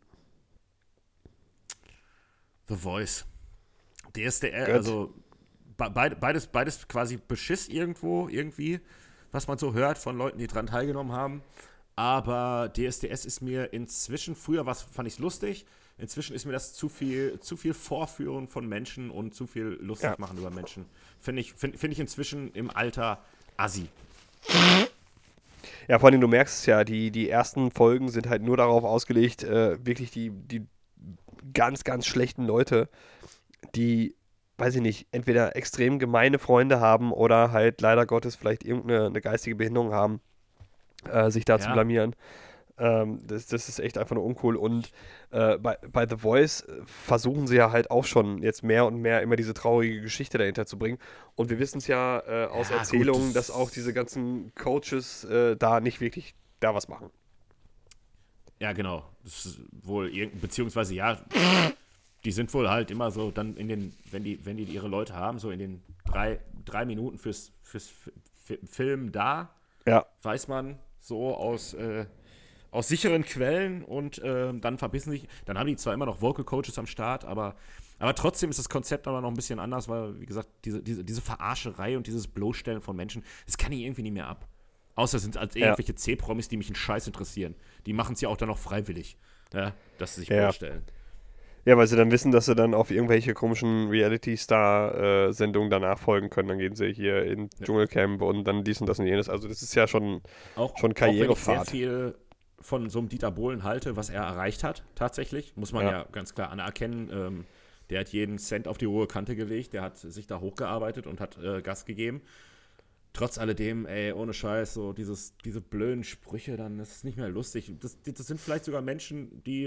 A: The Voice. DSDR,
B: Gut.
A: also beides quasi Beschiss irgendwie, was man so hört von Leuten, die dran teilgenommen haben. Aber DSDS ist mir inzwischen, früher fand ich es lustig, inzwischen ist mir das zu viel Vorführen von Menschen und zu viel lustig machen über Menschen. Finde ich inzwischen im Alter assi.
B: Ja, vor allem, du merkst es ja, die ersten Folgen sind halt nur darauf ausgelegt, wirklich die ganz, ganz schlechten Leute, die, weiß ich nicht, entweder extrem gemeine Freunde haben oder halt leider Gottes vielleicht irgendeine geistige Behinderung haben, sich da zu blamieren. Das ist echt einfach nur uncool. Und bei The Voice versuchen sie ja halt auch schon jetzt mehr und mehr immer diese traurige Geschichte dahinter zu bringen. Und wir wissen es ja aus Erzählungen,
A: gut,
B: dass auch diese ganzen Coaches da nicht wirklich da was machen.
A: Ja, genau. Das ist wohl beziehungsweise ja, die sind wohl halt immer so dann wenn die ihre Leute haben, so in den drei Minuten fürs Film da, weiß man so aus sicheren Quellen und dann verbissen sich, dann haben die zwar immer noch Vocal Coaches am Start, aber trotzdem ist das Konzept aber noch ein bisschen anders, weil, wie gesagt, diese Verarscherei und dieses Bloßstellen von Menschen, das kann ich irgendwie nicht mehr ab. Außer es sind als irgendwelche C-Promis, die mich einen Scheiß interessieren. Die machen es ja auch dann noch freiwillig, ja, dass sie sich vorstellen.
B: Ja, weil sie dann wissen, dass sie dann auf irgendwelche komischen Reality-Star-Sendungen danach folgen können. Dann gehen sie hier in Dschungelcamp und dann dies und das und jenes. Also das ist ja schon Karrierefahrt.
A: Auch wenn ich sehr viel von so einem Dieter Bohlen halte, was er erreicht hat, tatsächlich, muss man ja ganz klar anerkennen. Der hat jeden Cent auf die hohe Kante gelegt, der hat sich da hochgearbeitet und hat Gas gegeben. Trotz alledem, ohne Scheiß, so diese blöden Sprüche, dann ist es nicht mehr lustig. Das sind vielleicht sogar Menschen, die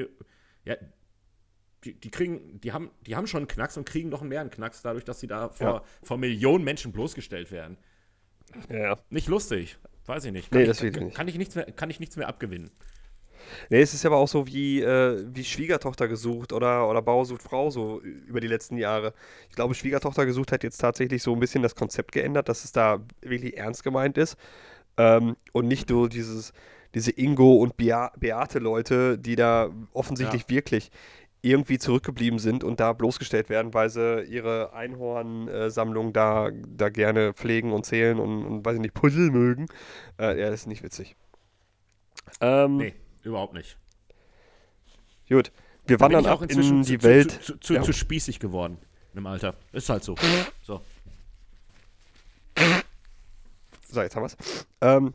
A: haben schon einen Knacks und kriegen noch mehr einen Knacks, dadurch, dass sie da vor Millionen Menschen bloßgestellt werden.
B: Ja.
A: Nicht lustig, weiß ich nicht. Kann ich nichts mehr abgewinnen.
B: Nee, es ist aber auch so wie Schwiegertochter gesucht oder Bauer sucht Frau so über die letzten Jahre. Ich glaube, Schwiegertochter gesucht hat jetzt tatsächlich so ein bisschen das Konzept geändert, dass es da wirklich ernst gemeint ist. Und nicht nur diese Ingo- und Beate-Leute, die da offensichtlich wirklich irgendwie zurückgeblieben sind und da bloßgestellt werden, weil sie ihre Einhorn-Sammlung da gerne pflegen und zählen und weiß ich nicht, Puzzle mögen. Das ist nicht witzig.
A: Nee, überhaupt nicht.
B: Gut, wir wandern ab in die Welt.
A: Zu spießig geworden im Alter. Ist halt so. So,
B: jetzt haben wir's.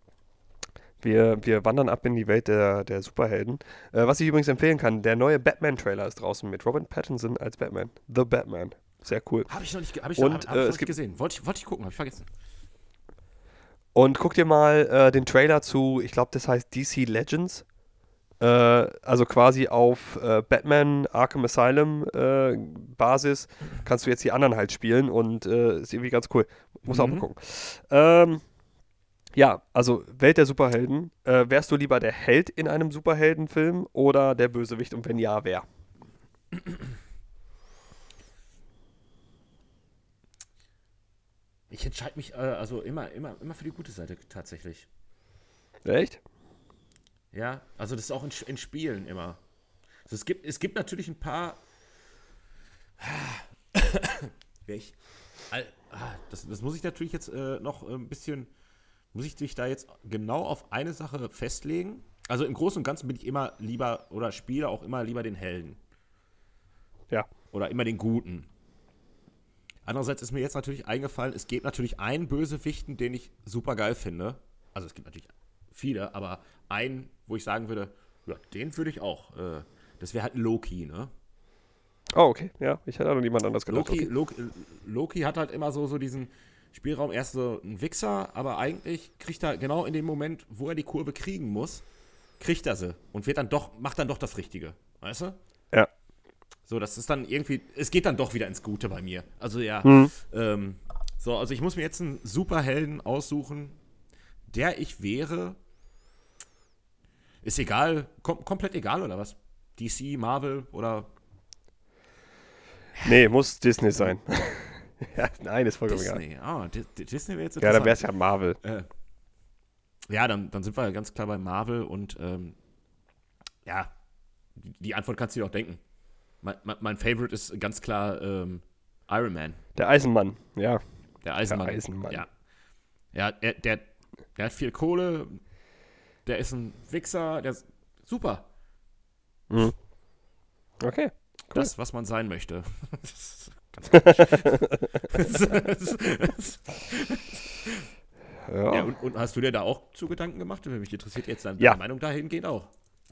B: Wir wandern ab in die Welt der Superhelden. Was ich übrigens empfehlen kann, der neue Batman-Trailer ist draußen mit Robert Pattinson als Batman. The Batman. Sehr cool.
A: Habe ich noch nicht gesehen. Wollte ich gucken, habe ich vergessen.
B: Und guck dir mal den Trailer zu, ich glaube, das heißt DC Legends. Also quasi auf Batman Arkham Asylum Basis kannst du jetzt die anderen halt spielen und ist irgendwie ganz cool. Muss auch mal gucken. Ja, also Welt der Superhelden. Wärst du lieber der Held in einem Superheldenfilm oder der Bösewicht und wenn ja, wer?
A: Ich entscheide mich also immer für die gute Seite tatsächlich.
B: Echt?
A: Ja, also das ist auch in Spielen immer. Also es gibt natürlich ein paar. Das muss ich natürlich jetzt noch ein bisschen. Muss ich dich da jetzt genau auf eine Sache festlegen? Also im Großen und Ganzen bin ich immer lieber oder spiele auch immer lieber den Helden.
B: Ja.
A: Oder immer den Guten. Andererseits ist mir jetzt natürlich eingefallen, es gibt natürlich einen Bösewichten, den ich super geil finde. Also es gibt natürlich viele, aber einen, wo ich sagen würde, ja, den würde ich auch. Das wäre halt Loki, ne?
B: Oh, okay. Ja, ich hätte auch noch niemand anders gedacht.
A: Loki hat halt immer so diesen Spielraum, erst so ein Wichser, aber eigentlich kriegt er genau in dem Moment, wo er die Kurve kriegen muss, kriegt er sie und macht dann doch das Richtige. Weißt du?
B: Ja.
A: So, das ist dann irgendwie, es geht dann doch wieder ins Gute bei mir. Also ja, also ich muss mir jetzt einen Superhelden aussuchen, der ich wäre. Ist egal, komplett egal oder was? DC, Marvel oder?
B: Nee, muss Disney sein. Ja, nein, ist vollkommen
A: Disney.
B: egal.
A: Disney wäre jetzt
B: interessant. Ja, dann wäre es ja Marvel.
A: Ja, dann sind wir ganz klar bei Marvel und ja, die Antwort kannst du dir auch denken. Mein Favorite ist ganz klar Iron Man.
B: Der Eisenmann, ja.
A: Der Eisenmann. Ja. Ja, der hat viel Kohle, der ist ein Wichser, der ist super.
B: Mhm. Okay. Cool.
A: Das, was man sein möchte. Ganz ja, und hast du dir da auch zu Gedanken gemacht? Mich interessiert jetzt deine Meinung dahingehend auch.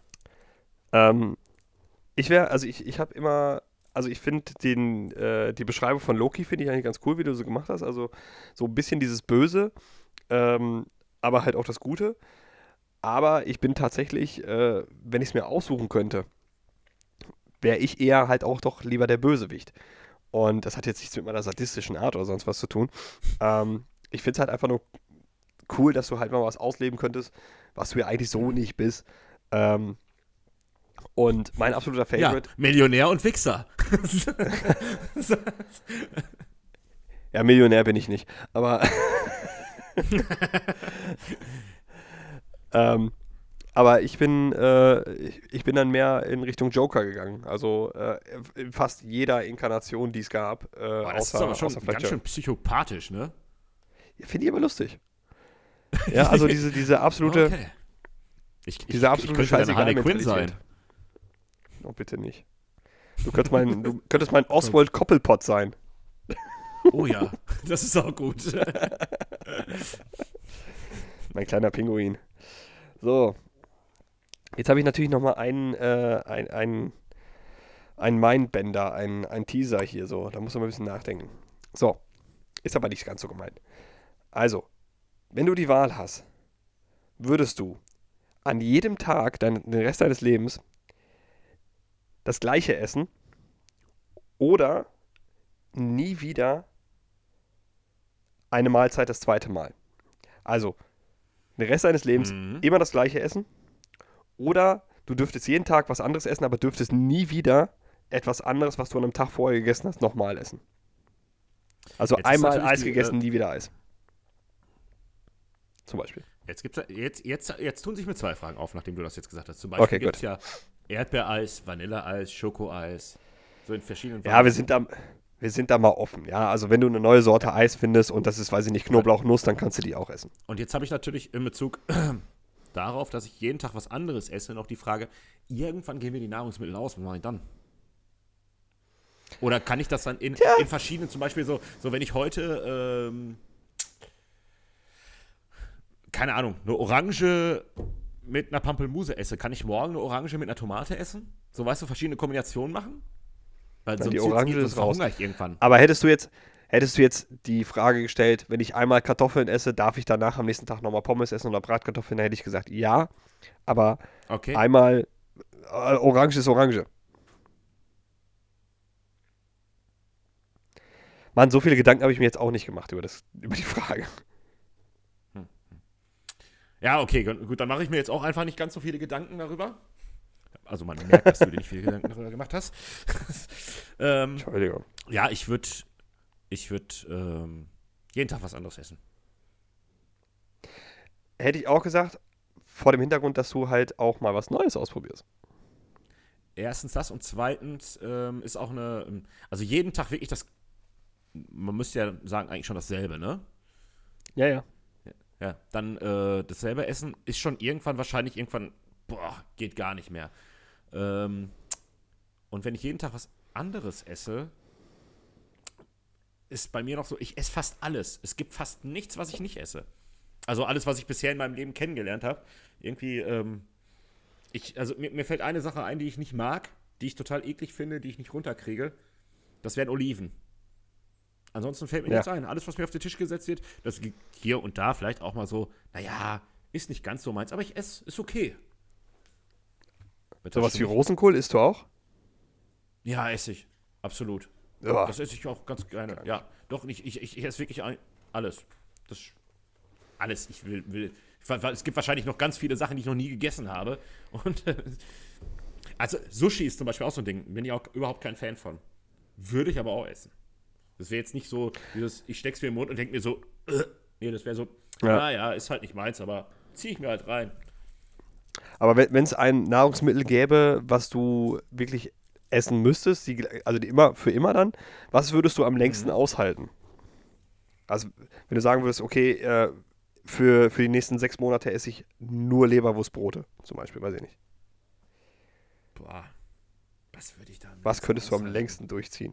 B: Ich habe immer, also ich finde die Beschreibung von Loki finde ich eigentlich ganz cool, wie du so gemacht hast. Also so ein bisschen dieses Böse, aber halt auch das Gute. Aber ich bin tatsächlich, wenn ich es mir aussuchen könnte, wäre ich eher halt auch doch lieber der Bösewicht. Und das hat jetzt nichts mit meiner sadistischen Art oder sonst was zu tun. Ich finde es halt einfach nur cool, dass du halt mal was ausleben könntest, was du ja eigentlich so nicht bist. Und mein absoluter Favorite.
A: Ja, Millionär und Wichser.
B: Ja, Millionär bin ich nicht. Aber aber ich bin dann mehr in Richtung Joker gegangen. Also fast jeder Inkarnation, die es gab.
A: Das ist aber schon ganz schön psychopathisch, ne?
B: Finde ich aber lustig. Ja, also diese absolute,
A: Okay.
B: diese absolute
A: könnte eine Harley Quinn
B: Scheißegal-Mentalität.
A: sein.
B: Oh, bitte nicht. Du könntest mein Oswald Koppelpott sein.
A: Oh ja, das ist auch gut.
B: Mein kleiner Pinguin. So, jetzt habe ich natürlich nochmal einen Mindbender, einen Teaser hier so. Da muss man mal ein bisschen nachdenken. So, ist aber nicht ganz so gemeint. Also, wenn du die Wahl hast, würdest du an jedem Tag den Rest deines Lebens das Gleiche essen oder nie wieder eine Mahlzeit das zweite Mal? Also, den Rest deines Lebens immer das Gleiche essen oder du dürftest jeden Tag was anderes essen, aber dürftest nie wieder etwas anderes, was du an einem Tag vorher gegessen hast, nochmal essen. Also
A: Jetzt ist
B: einmal
A: natürlich
B: Eis
A: die,
B: gegessen, nie wieder Eis. Zum Beispiel.
A: Jetzt tun sich mir zwei Fragen auf, nachdem du das jetzt gesagt hast. Zum
B: Okay,
A: Beispiel gibt es
B: gut.
A: ja Erdbeereis, Vanilleeis, Schokoeis, so in verschiedenen
B: Ja, wir sind da mal offen. Ja, also wenn du eine neue Sorte Eis findest und das ist, weiß ich nicht, Knoblauchnuss, dann kannst du die auch essen.
A: Und jetzt habe ich natürlich in Bezug darauf, dass ich jeden Tag was anderes esse, noch die Frage, irgendwann gehen wir die Nahrungsmittel aus, was mache ich dann? Oder kann ich das dann in verschiedenen, zum Beispiel so wenn ich heute, keine Ahnung, eine Orange mit einer Pampelmuse esse, kann ich morgen eine Orange mit einer Tomate essen? So, weißt du, verschiedene Kombinationen machen? Weil
B: Die Orange ist raus.
A: verhungere ich irgendwann.
B: Aber hättest du jetzt die Frage gestellt, wenn ich einmal Kartoffeln esse, darf ich danach am nächsten Tag nochmal Pommes essen oder Bratkartoffeln? Dann hätte ich gesagt, ja. Aber
A: Okay.
B: einmal Orange ist Orange. Mann, so viele Gedanken habe ich mir jetzt auch nicht gemacht über die Frage.
A: Ja, okay, gut, dann mache ich mir jetzt auch einfach nicht ganz so viele Gedanken darüber. Also man merkt, dass du dir nicht viele Gedanken darüber gemacht hast.
B: Entschuldigung.
A: Ja, ich würde jeden Tag was anderes essen.
B: Hätte ich auch gesagt, vor dem Hintergrund, dass du halt auch mal was Neues ausprobierst.
A: Erstens das und zweitens ist auch also jeden Tag wirklich man müsste ja sagen, eigentlich schon dasselbe, ne?
B: Ja, ja.
A: Ja, dann dasselbe Essen ist schon wahrscheinlich irgendwann, geht gar nicht mehr. Und wenn ich jeden Tag was anderes esse, ist bei mir noch so, ich esse fast alles. Es gibt fast nichts, was ich nicht esse. Also alles, was ich bisher in meinem Leben kennengelernt habe. Irgendwie, mir fällt eine Sache ein, die ich nicht mag, die ich total eklig finde, die ich nicht runterkriege. Das wären Oliven. Ansonsten fällt mir nichts ein. Alles, was mir auf den Tisch gesetzt wird, das gibt hier und da vielleicht auch mal so, naja, ist nicht ganz so meins, aber ich esse, ist okay.
B: Sowas wie Rosenkohl isst du auch?
A: Ja, esse ich. Absolut.
B: Ja.
A: Das esse ich auch ganz gerne. Ja, doch, ich esse wirklich alles. Alles. Es gibt wahrscheinlich noch ganz viele Sachen, die ich noch nie gegessen habe. Und also Sushi ist zum Beispiel auch so ein Ding. Bin ich auch überhaupt kein Fan von. Würde ich aber auch essen. Das wäre jetzt nicht so, ich steck's mir im Mund und denke mir so, nee, das wäre so, naja, ist halt nicht meins, aber ziehe ich mir halt rein.
B: Aber wenn es ein Nahrungsmittel gäbe, was du wirklich essen müsstest, immer für immer dann, was würdest du am längsten aushalten? Also, wenn du sagen würdest, okay, für die nächsten 6 Monate esse ich nur Leberwurstbrote, zum Beispiel, weiß ich nicht.
A: Boah, was würde ich da?
B: Was könntest du am längsten durchziehen?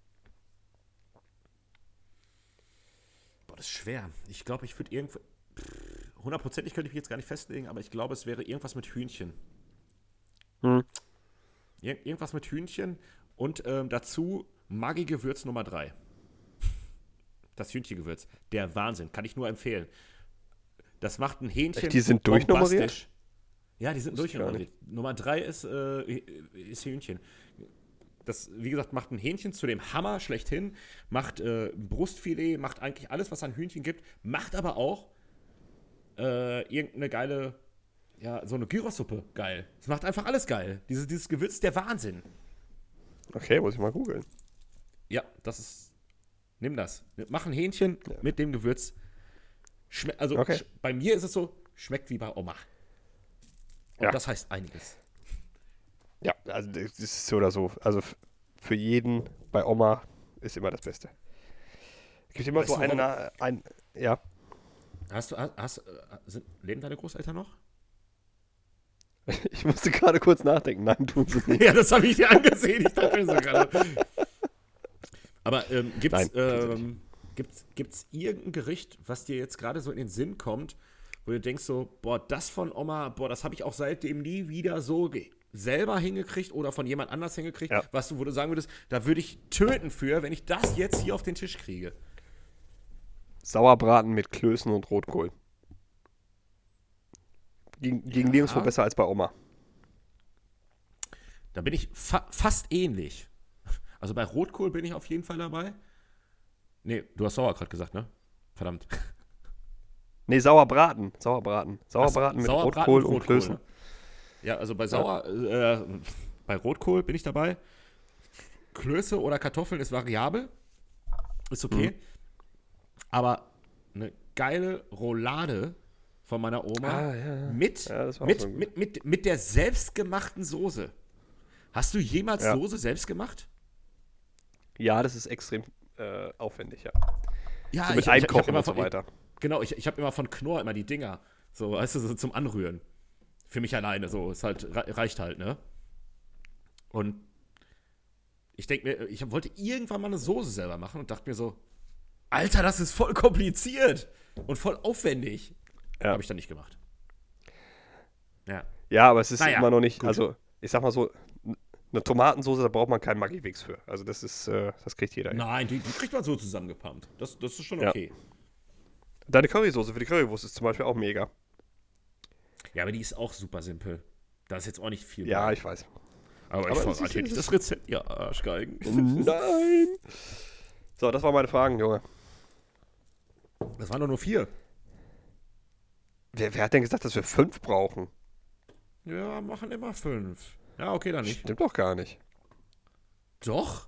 A: Boah, das ist schwer. Ich glaube, ich würde irgendwo. 100%ig könnte ich mich jetzt gar nicht festlegen, aber ich glaube, es wäre irgendwas mit Hühnchen. Irgendwas mit Hühnchen und dazu Maggi-Gewürz Nummer 3. Das Hühnchengewürz. Der Wahnsinn. Kann ich nur empfehlen. Das macht ein Hähnchen.
B: Echt, die sind durchnummeriert?
A: Ja, die sind durchnummeriert. Nummer 3 ist Hühnchen. Das, wie gesagt, macht ein Hähnchen zu dem Hammer schlechthin, macht Brustfilet, macht eigentlich alles, was an Hühnchen gibt, macht aber auch irgendeine geile, ja, so eine Gyrosuppe geil. Es macht einfach alles geil. Dieses Gewürz ist der Wahnsinn.
B: Okay, muss ich mal googeln.
A: Ja, nimm das. Mach ein Hähnchen mit dem Gewürz. Bei mir ist es so, schmeckt wie bei Oma. Und das heißt einiges.
B: Ja, also das ist so oder so. Also für jeden bei Oma ist immer das Beste. Es gibt immer so ja.
A: Leben deine Großeltern noch?
B: Ich musste gerade kurz nachdenken. Nein, tun sie nicht.
A: Ja, das habe ich dir angesehen. Ich dachte mir so gerade. Aber gibt's irgendein Gericht, was dir jetzt gerade so in den Sinn kommt, wo du denkst so, boah, das von Oma, boah, das habe ich auch seitdem nie wieder so selber hingekriegt oder von jemand anders hingekriegt,
B: Ja.
A: wo du sagen würdest, da würde ich töten für, wenn ich das jetzt hier auf den Tisch kriege.
B: Sauerbraten mit Klößen und Rotkohl. Ging nirgendwo besser als bei Oma.
A: Da bin ich fast ähnlich. Also bei Rotkohl bin ich auf jeden Fall dabei. Nee, du hast Sauerkraut gesagt, ne? Verdammt.
B: Nee, Sauerbraten. Sauerbraten mit Rotkohl und Klößen.
A: Ne? Ja, also bei bei Rotkohl bin ich dabei. Klöße oder Kartoffeln ist variabel. Ist okay. Aber eine geile Roulade von meiner Oma mit der selbstgemachten Soße. Hast du jemals Soße selbst gemacht?
B: Ja, das ist extrem aufwendig, ja.
A: Ja,
B: so mit Einkochen und so weiter.
A: Genau, ich habe immer von Knorr immer die Dinger. So, weißt du, so zum Anrühren. Für mich alleine, so. Ist halt, reicht halt, ne? Und ich denke mir, ich wollte irgendwann mal eine Soße selber machen und dachte mir so, Alter, das ist voll kompliziert und voll aufwendig.
B: Ja.
A: Habe ich dann nicht gemacht. Ja.
B: Ja, aber es ist immer noch nicht,
A: gut.
B: also ich sag mal so, eine Tomatensoße, da braucht man keinen Maggi-Wix für. Also das ist, das kriegt jeder.
A: Nein, die kriegt man so zusammengepumpt. Das ist schon okay.
B: Ja. Deine Currysoße für die Currywurst ist zum Beispiel auch mega.
A: Ja, aber die ist auch super simpel. Da ist jetzt auch nicht viel.
B: Ja,
A: bei.
B: Ich weiß.
A: Aber ich verrate nicht das Rezept. Ja, Arschgeigen.
B: Nein. So, das waren meine Fragen, Junge.
A: Das waren doch nur 4.
B: Wer hat denn gesagt, dass wir 5 brauchen?
A: Ja, machen immer 5. Ja, okay, dann nicht.
B: Stimmt doch gar nicht.
A: Doch?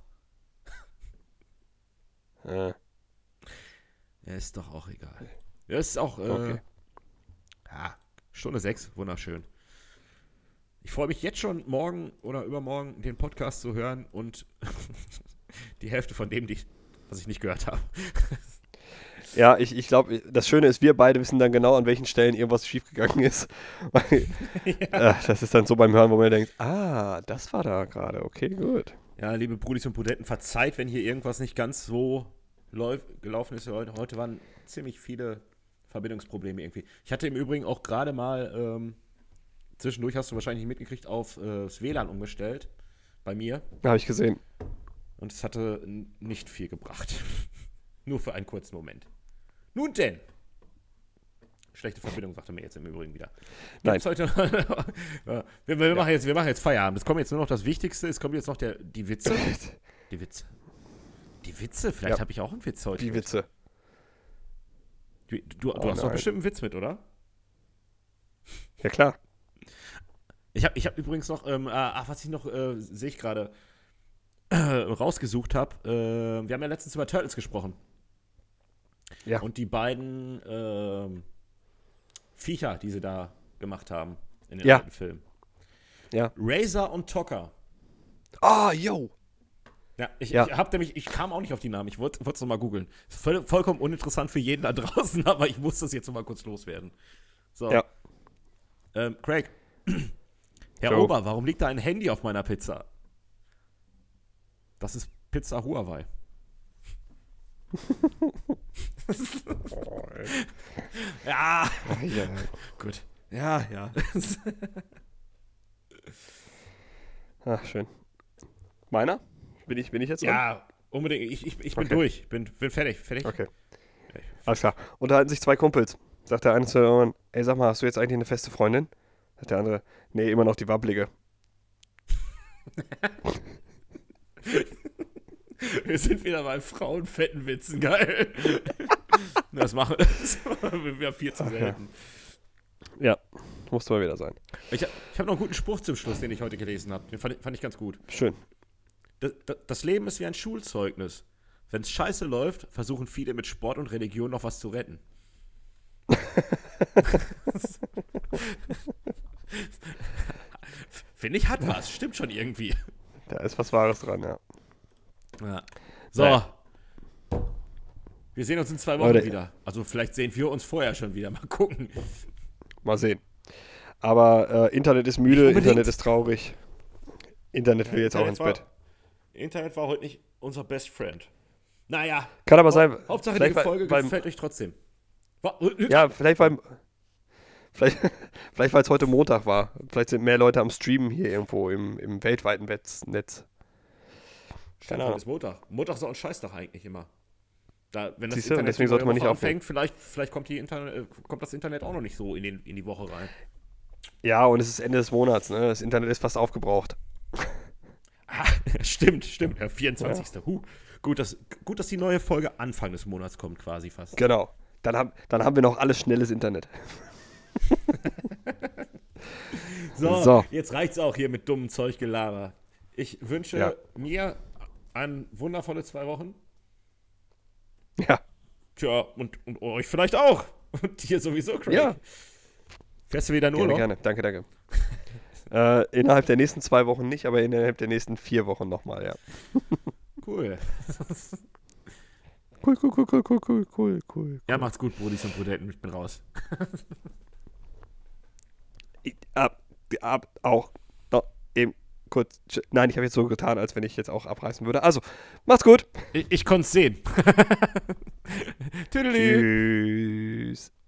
B: Ja,
A: ist doch auch egal. Ja, ist auch,
B: okay.
A: Ja, Stunde 6, wunderschön. Ich freue mich jetzt schon, morgen oder übermorgen den Podcast zu hören und die Hälfte von dem, was ich nicht gehört habe.
B: Ja, ich glaube, das Schöne ist, wir beide wissen dann genau, an welchen Stellen irgendwas schiefgegangen ist. Das ist dann so beim Hören, wo man denkt, das war da gerade, okay, gut.
A: Ja, liebe Brudis und Brudetten, verzeiht, wenn hier irgendwas nicht ganz so gelaufen ist heute. Heute waren ziemlich viele Verbindungsprobleme irgendwie. Ich hatte im Übrigen auch gerade mal, zwischendurch hast du wahrscheinlich nicht mitgekriegt, auf das WLAN umgestellt. Bei mir.
B: Habe ich gesehen.
A: Und es hatte nicht viel gebracht. Nur für einen kurzen Moment. Nun denn. Schlechte Verbindung, sagt er mir jetzt im Übrigen wieder. Gibt's
B: Nein.
A: Heute wir machen jetzt Feierabend. Es kommt jetzt nur noch das Wichtigste. Es kommt jetzt noch die Witze. Die Witze. Die Witze? Vielleicht habe ich auch einen Witz heute.
B: Die Witze.
A: Du hast doch bestimmt einen Witz mit, oder?
B: Ja, klar.
A: Ich hab übrigens noch, was ich noch, sehe ich gerade, rausgesucht habe. Wir haben ja letztens über Turtles gesprochen.
B: Ja.
A: Und die beiden Viecher, die sie da gemacht haben in den alten Filmen.
B: Ja.
A: Razor und Tokka.
B: Yo.
A: Ja, ich kam auch nicht auf die Namen. Ich wollte es nochmal googeln. Vollkommen uninteressant für jeden da draußen, aber ich muss das jetzt nochmal kurz loswerden. So.
B: Ja.
A: Craig. Herr Ober, warum liegt da ein Handy auf meiner Pizza? Das ist Pizza Huawei. Ja. Gut. Ja.
B: Ach, schön. Meiner? Bin ich jetzt dran?
A: Ja, unbedingt. Ich bin durch. Bin fertig.
B: Okay. Alles klar. Unterhalten sich 2 Kumpels. Sagt der eine zu dem anderen, ey, sag mal, hast du jetzt eigentlich eine feste Freundin? Sagt der andere, nee, immer noch die Wabblige.
A: Wir sind wieder bei frauenfetten Witzen, geil. Das machen wir viel zu selten.
B: Ja, musste mal wieder sein.
A: Ich habe noch einen guten Spruch zum Schluss, den ich heute gelesen habe. Den fand ich ganz gut.
B: Schön.
A: Das Leben ist wie ein Schulzeugnis. Wenn es scheiße läuft, versuchen viele mit Sport und Religion noch was zu retten. Finde ich, hat was. Stimmt schon irgendwie.
B: Da ist was Wahres dran, ja.
A: Ja. So. Wir sehen uns in 2 Wochen
B: Leute,
A: wieder. Also vielleicht sehen wir uns vorher schon wieder. Mal gucken.
B: mal sehen. Aber Internet ist müde,
A: Nicht unbedingt.
B: Internet ist traurig. Internet will jetzt auch ins Bett.
A: Internet war heute nicht unser Best Friend. Naja.
B: Kann aber sein.
A: Hauptsache
B: vielleicht
A: die Folge
B: weil-
A: gefällt euch trotzdem.
B: Ja, vielleicht weil es heute Montag war. Vielleicht sind mehr Leute am Streamen hier irgendwo im weltweiten Netz.
A: Stimmt, heute ist Montag. Montag ist auch ein Scheißtag eigentlich immer. Wenn das
B: Siehst du,
A: Internet
B: deswegen
A: die
B: sollte man
A: neue
B: nicht
A: Woche anfängt, vielleicht kommt das Internet auch noch nicht so in die Woche rein.
B: Ja, und es ist Ende des Monats, ne? Das Internet ist fast aufgebraucht.
A: Ah, stimmt. Der 24. Ja. Gut, dass die neue Folge Anfang des Monats kommt quasi fast.
B: Genau. Dann haben wir noch alles schnelles Internet.
A: So, jetzt reicht's auch hier mit dummem Zeuggelaber. Ich wünsche mir eine wundervolle 2 Wochen.
B: Ja.
A: Tja, und euch vielleicht auch. Und dir sowieso, Craig.
B: Ja.
A: Fährst du wieder in Urlaub?
B: Gerne. Danke. Innerhalb der nächsten 2 Wochen nicht, aber innerhalb der nächsten 4 Wochen nochmal, ja.
A: Cool.
B: Cool.
A: Ja, macht's gut, Brudis und Brudenten. Ich bin raus.
B: Auch noch eben kurz. Nein, ich habe jetzt so getan, als wenn ich jetzt auch abreißen würde. Also, macht's gut.
A: Ich konnte es sehen. Tüdelü.
B: Tschüss.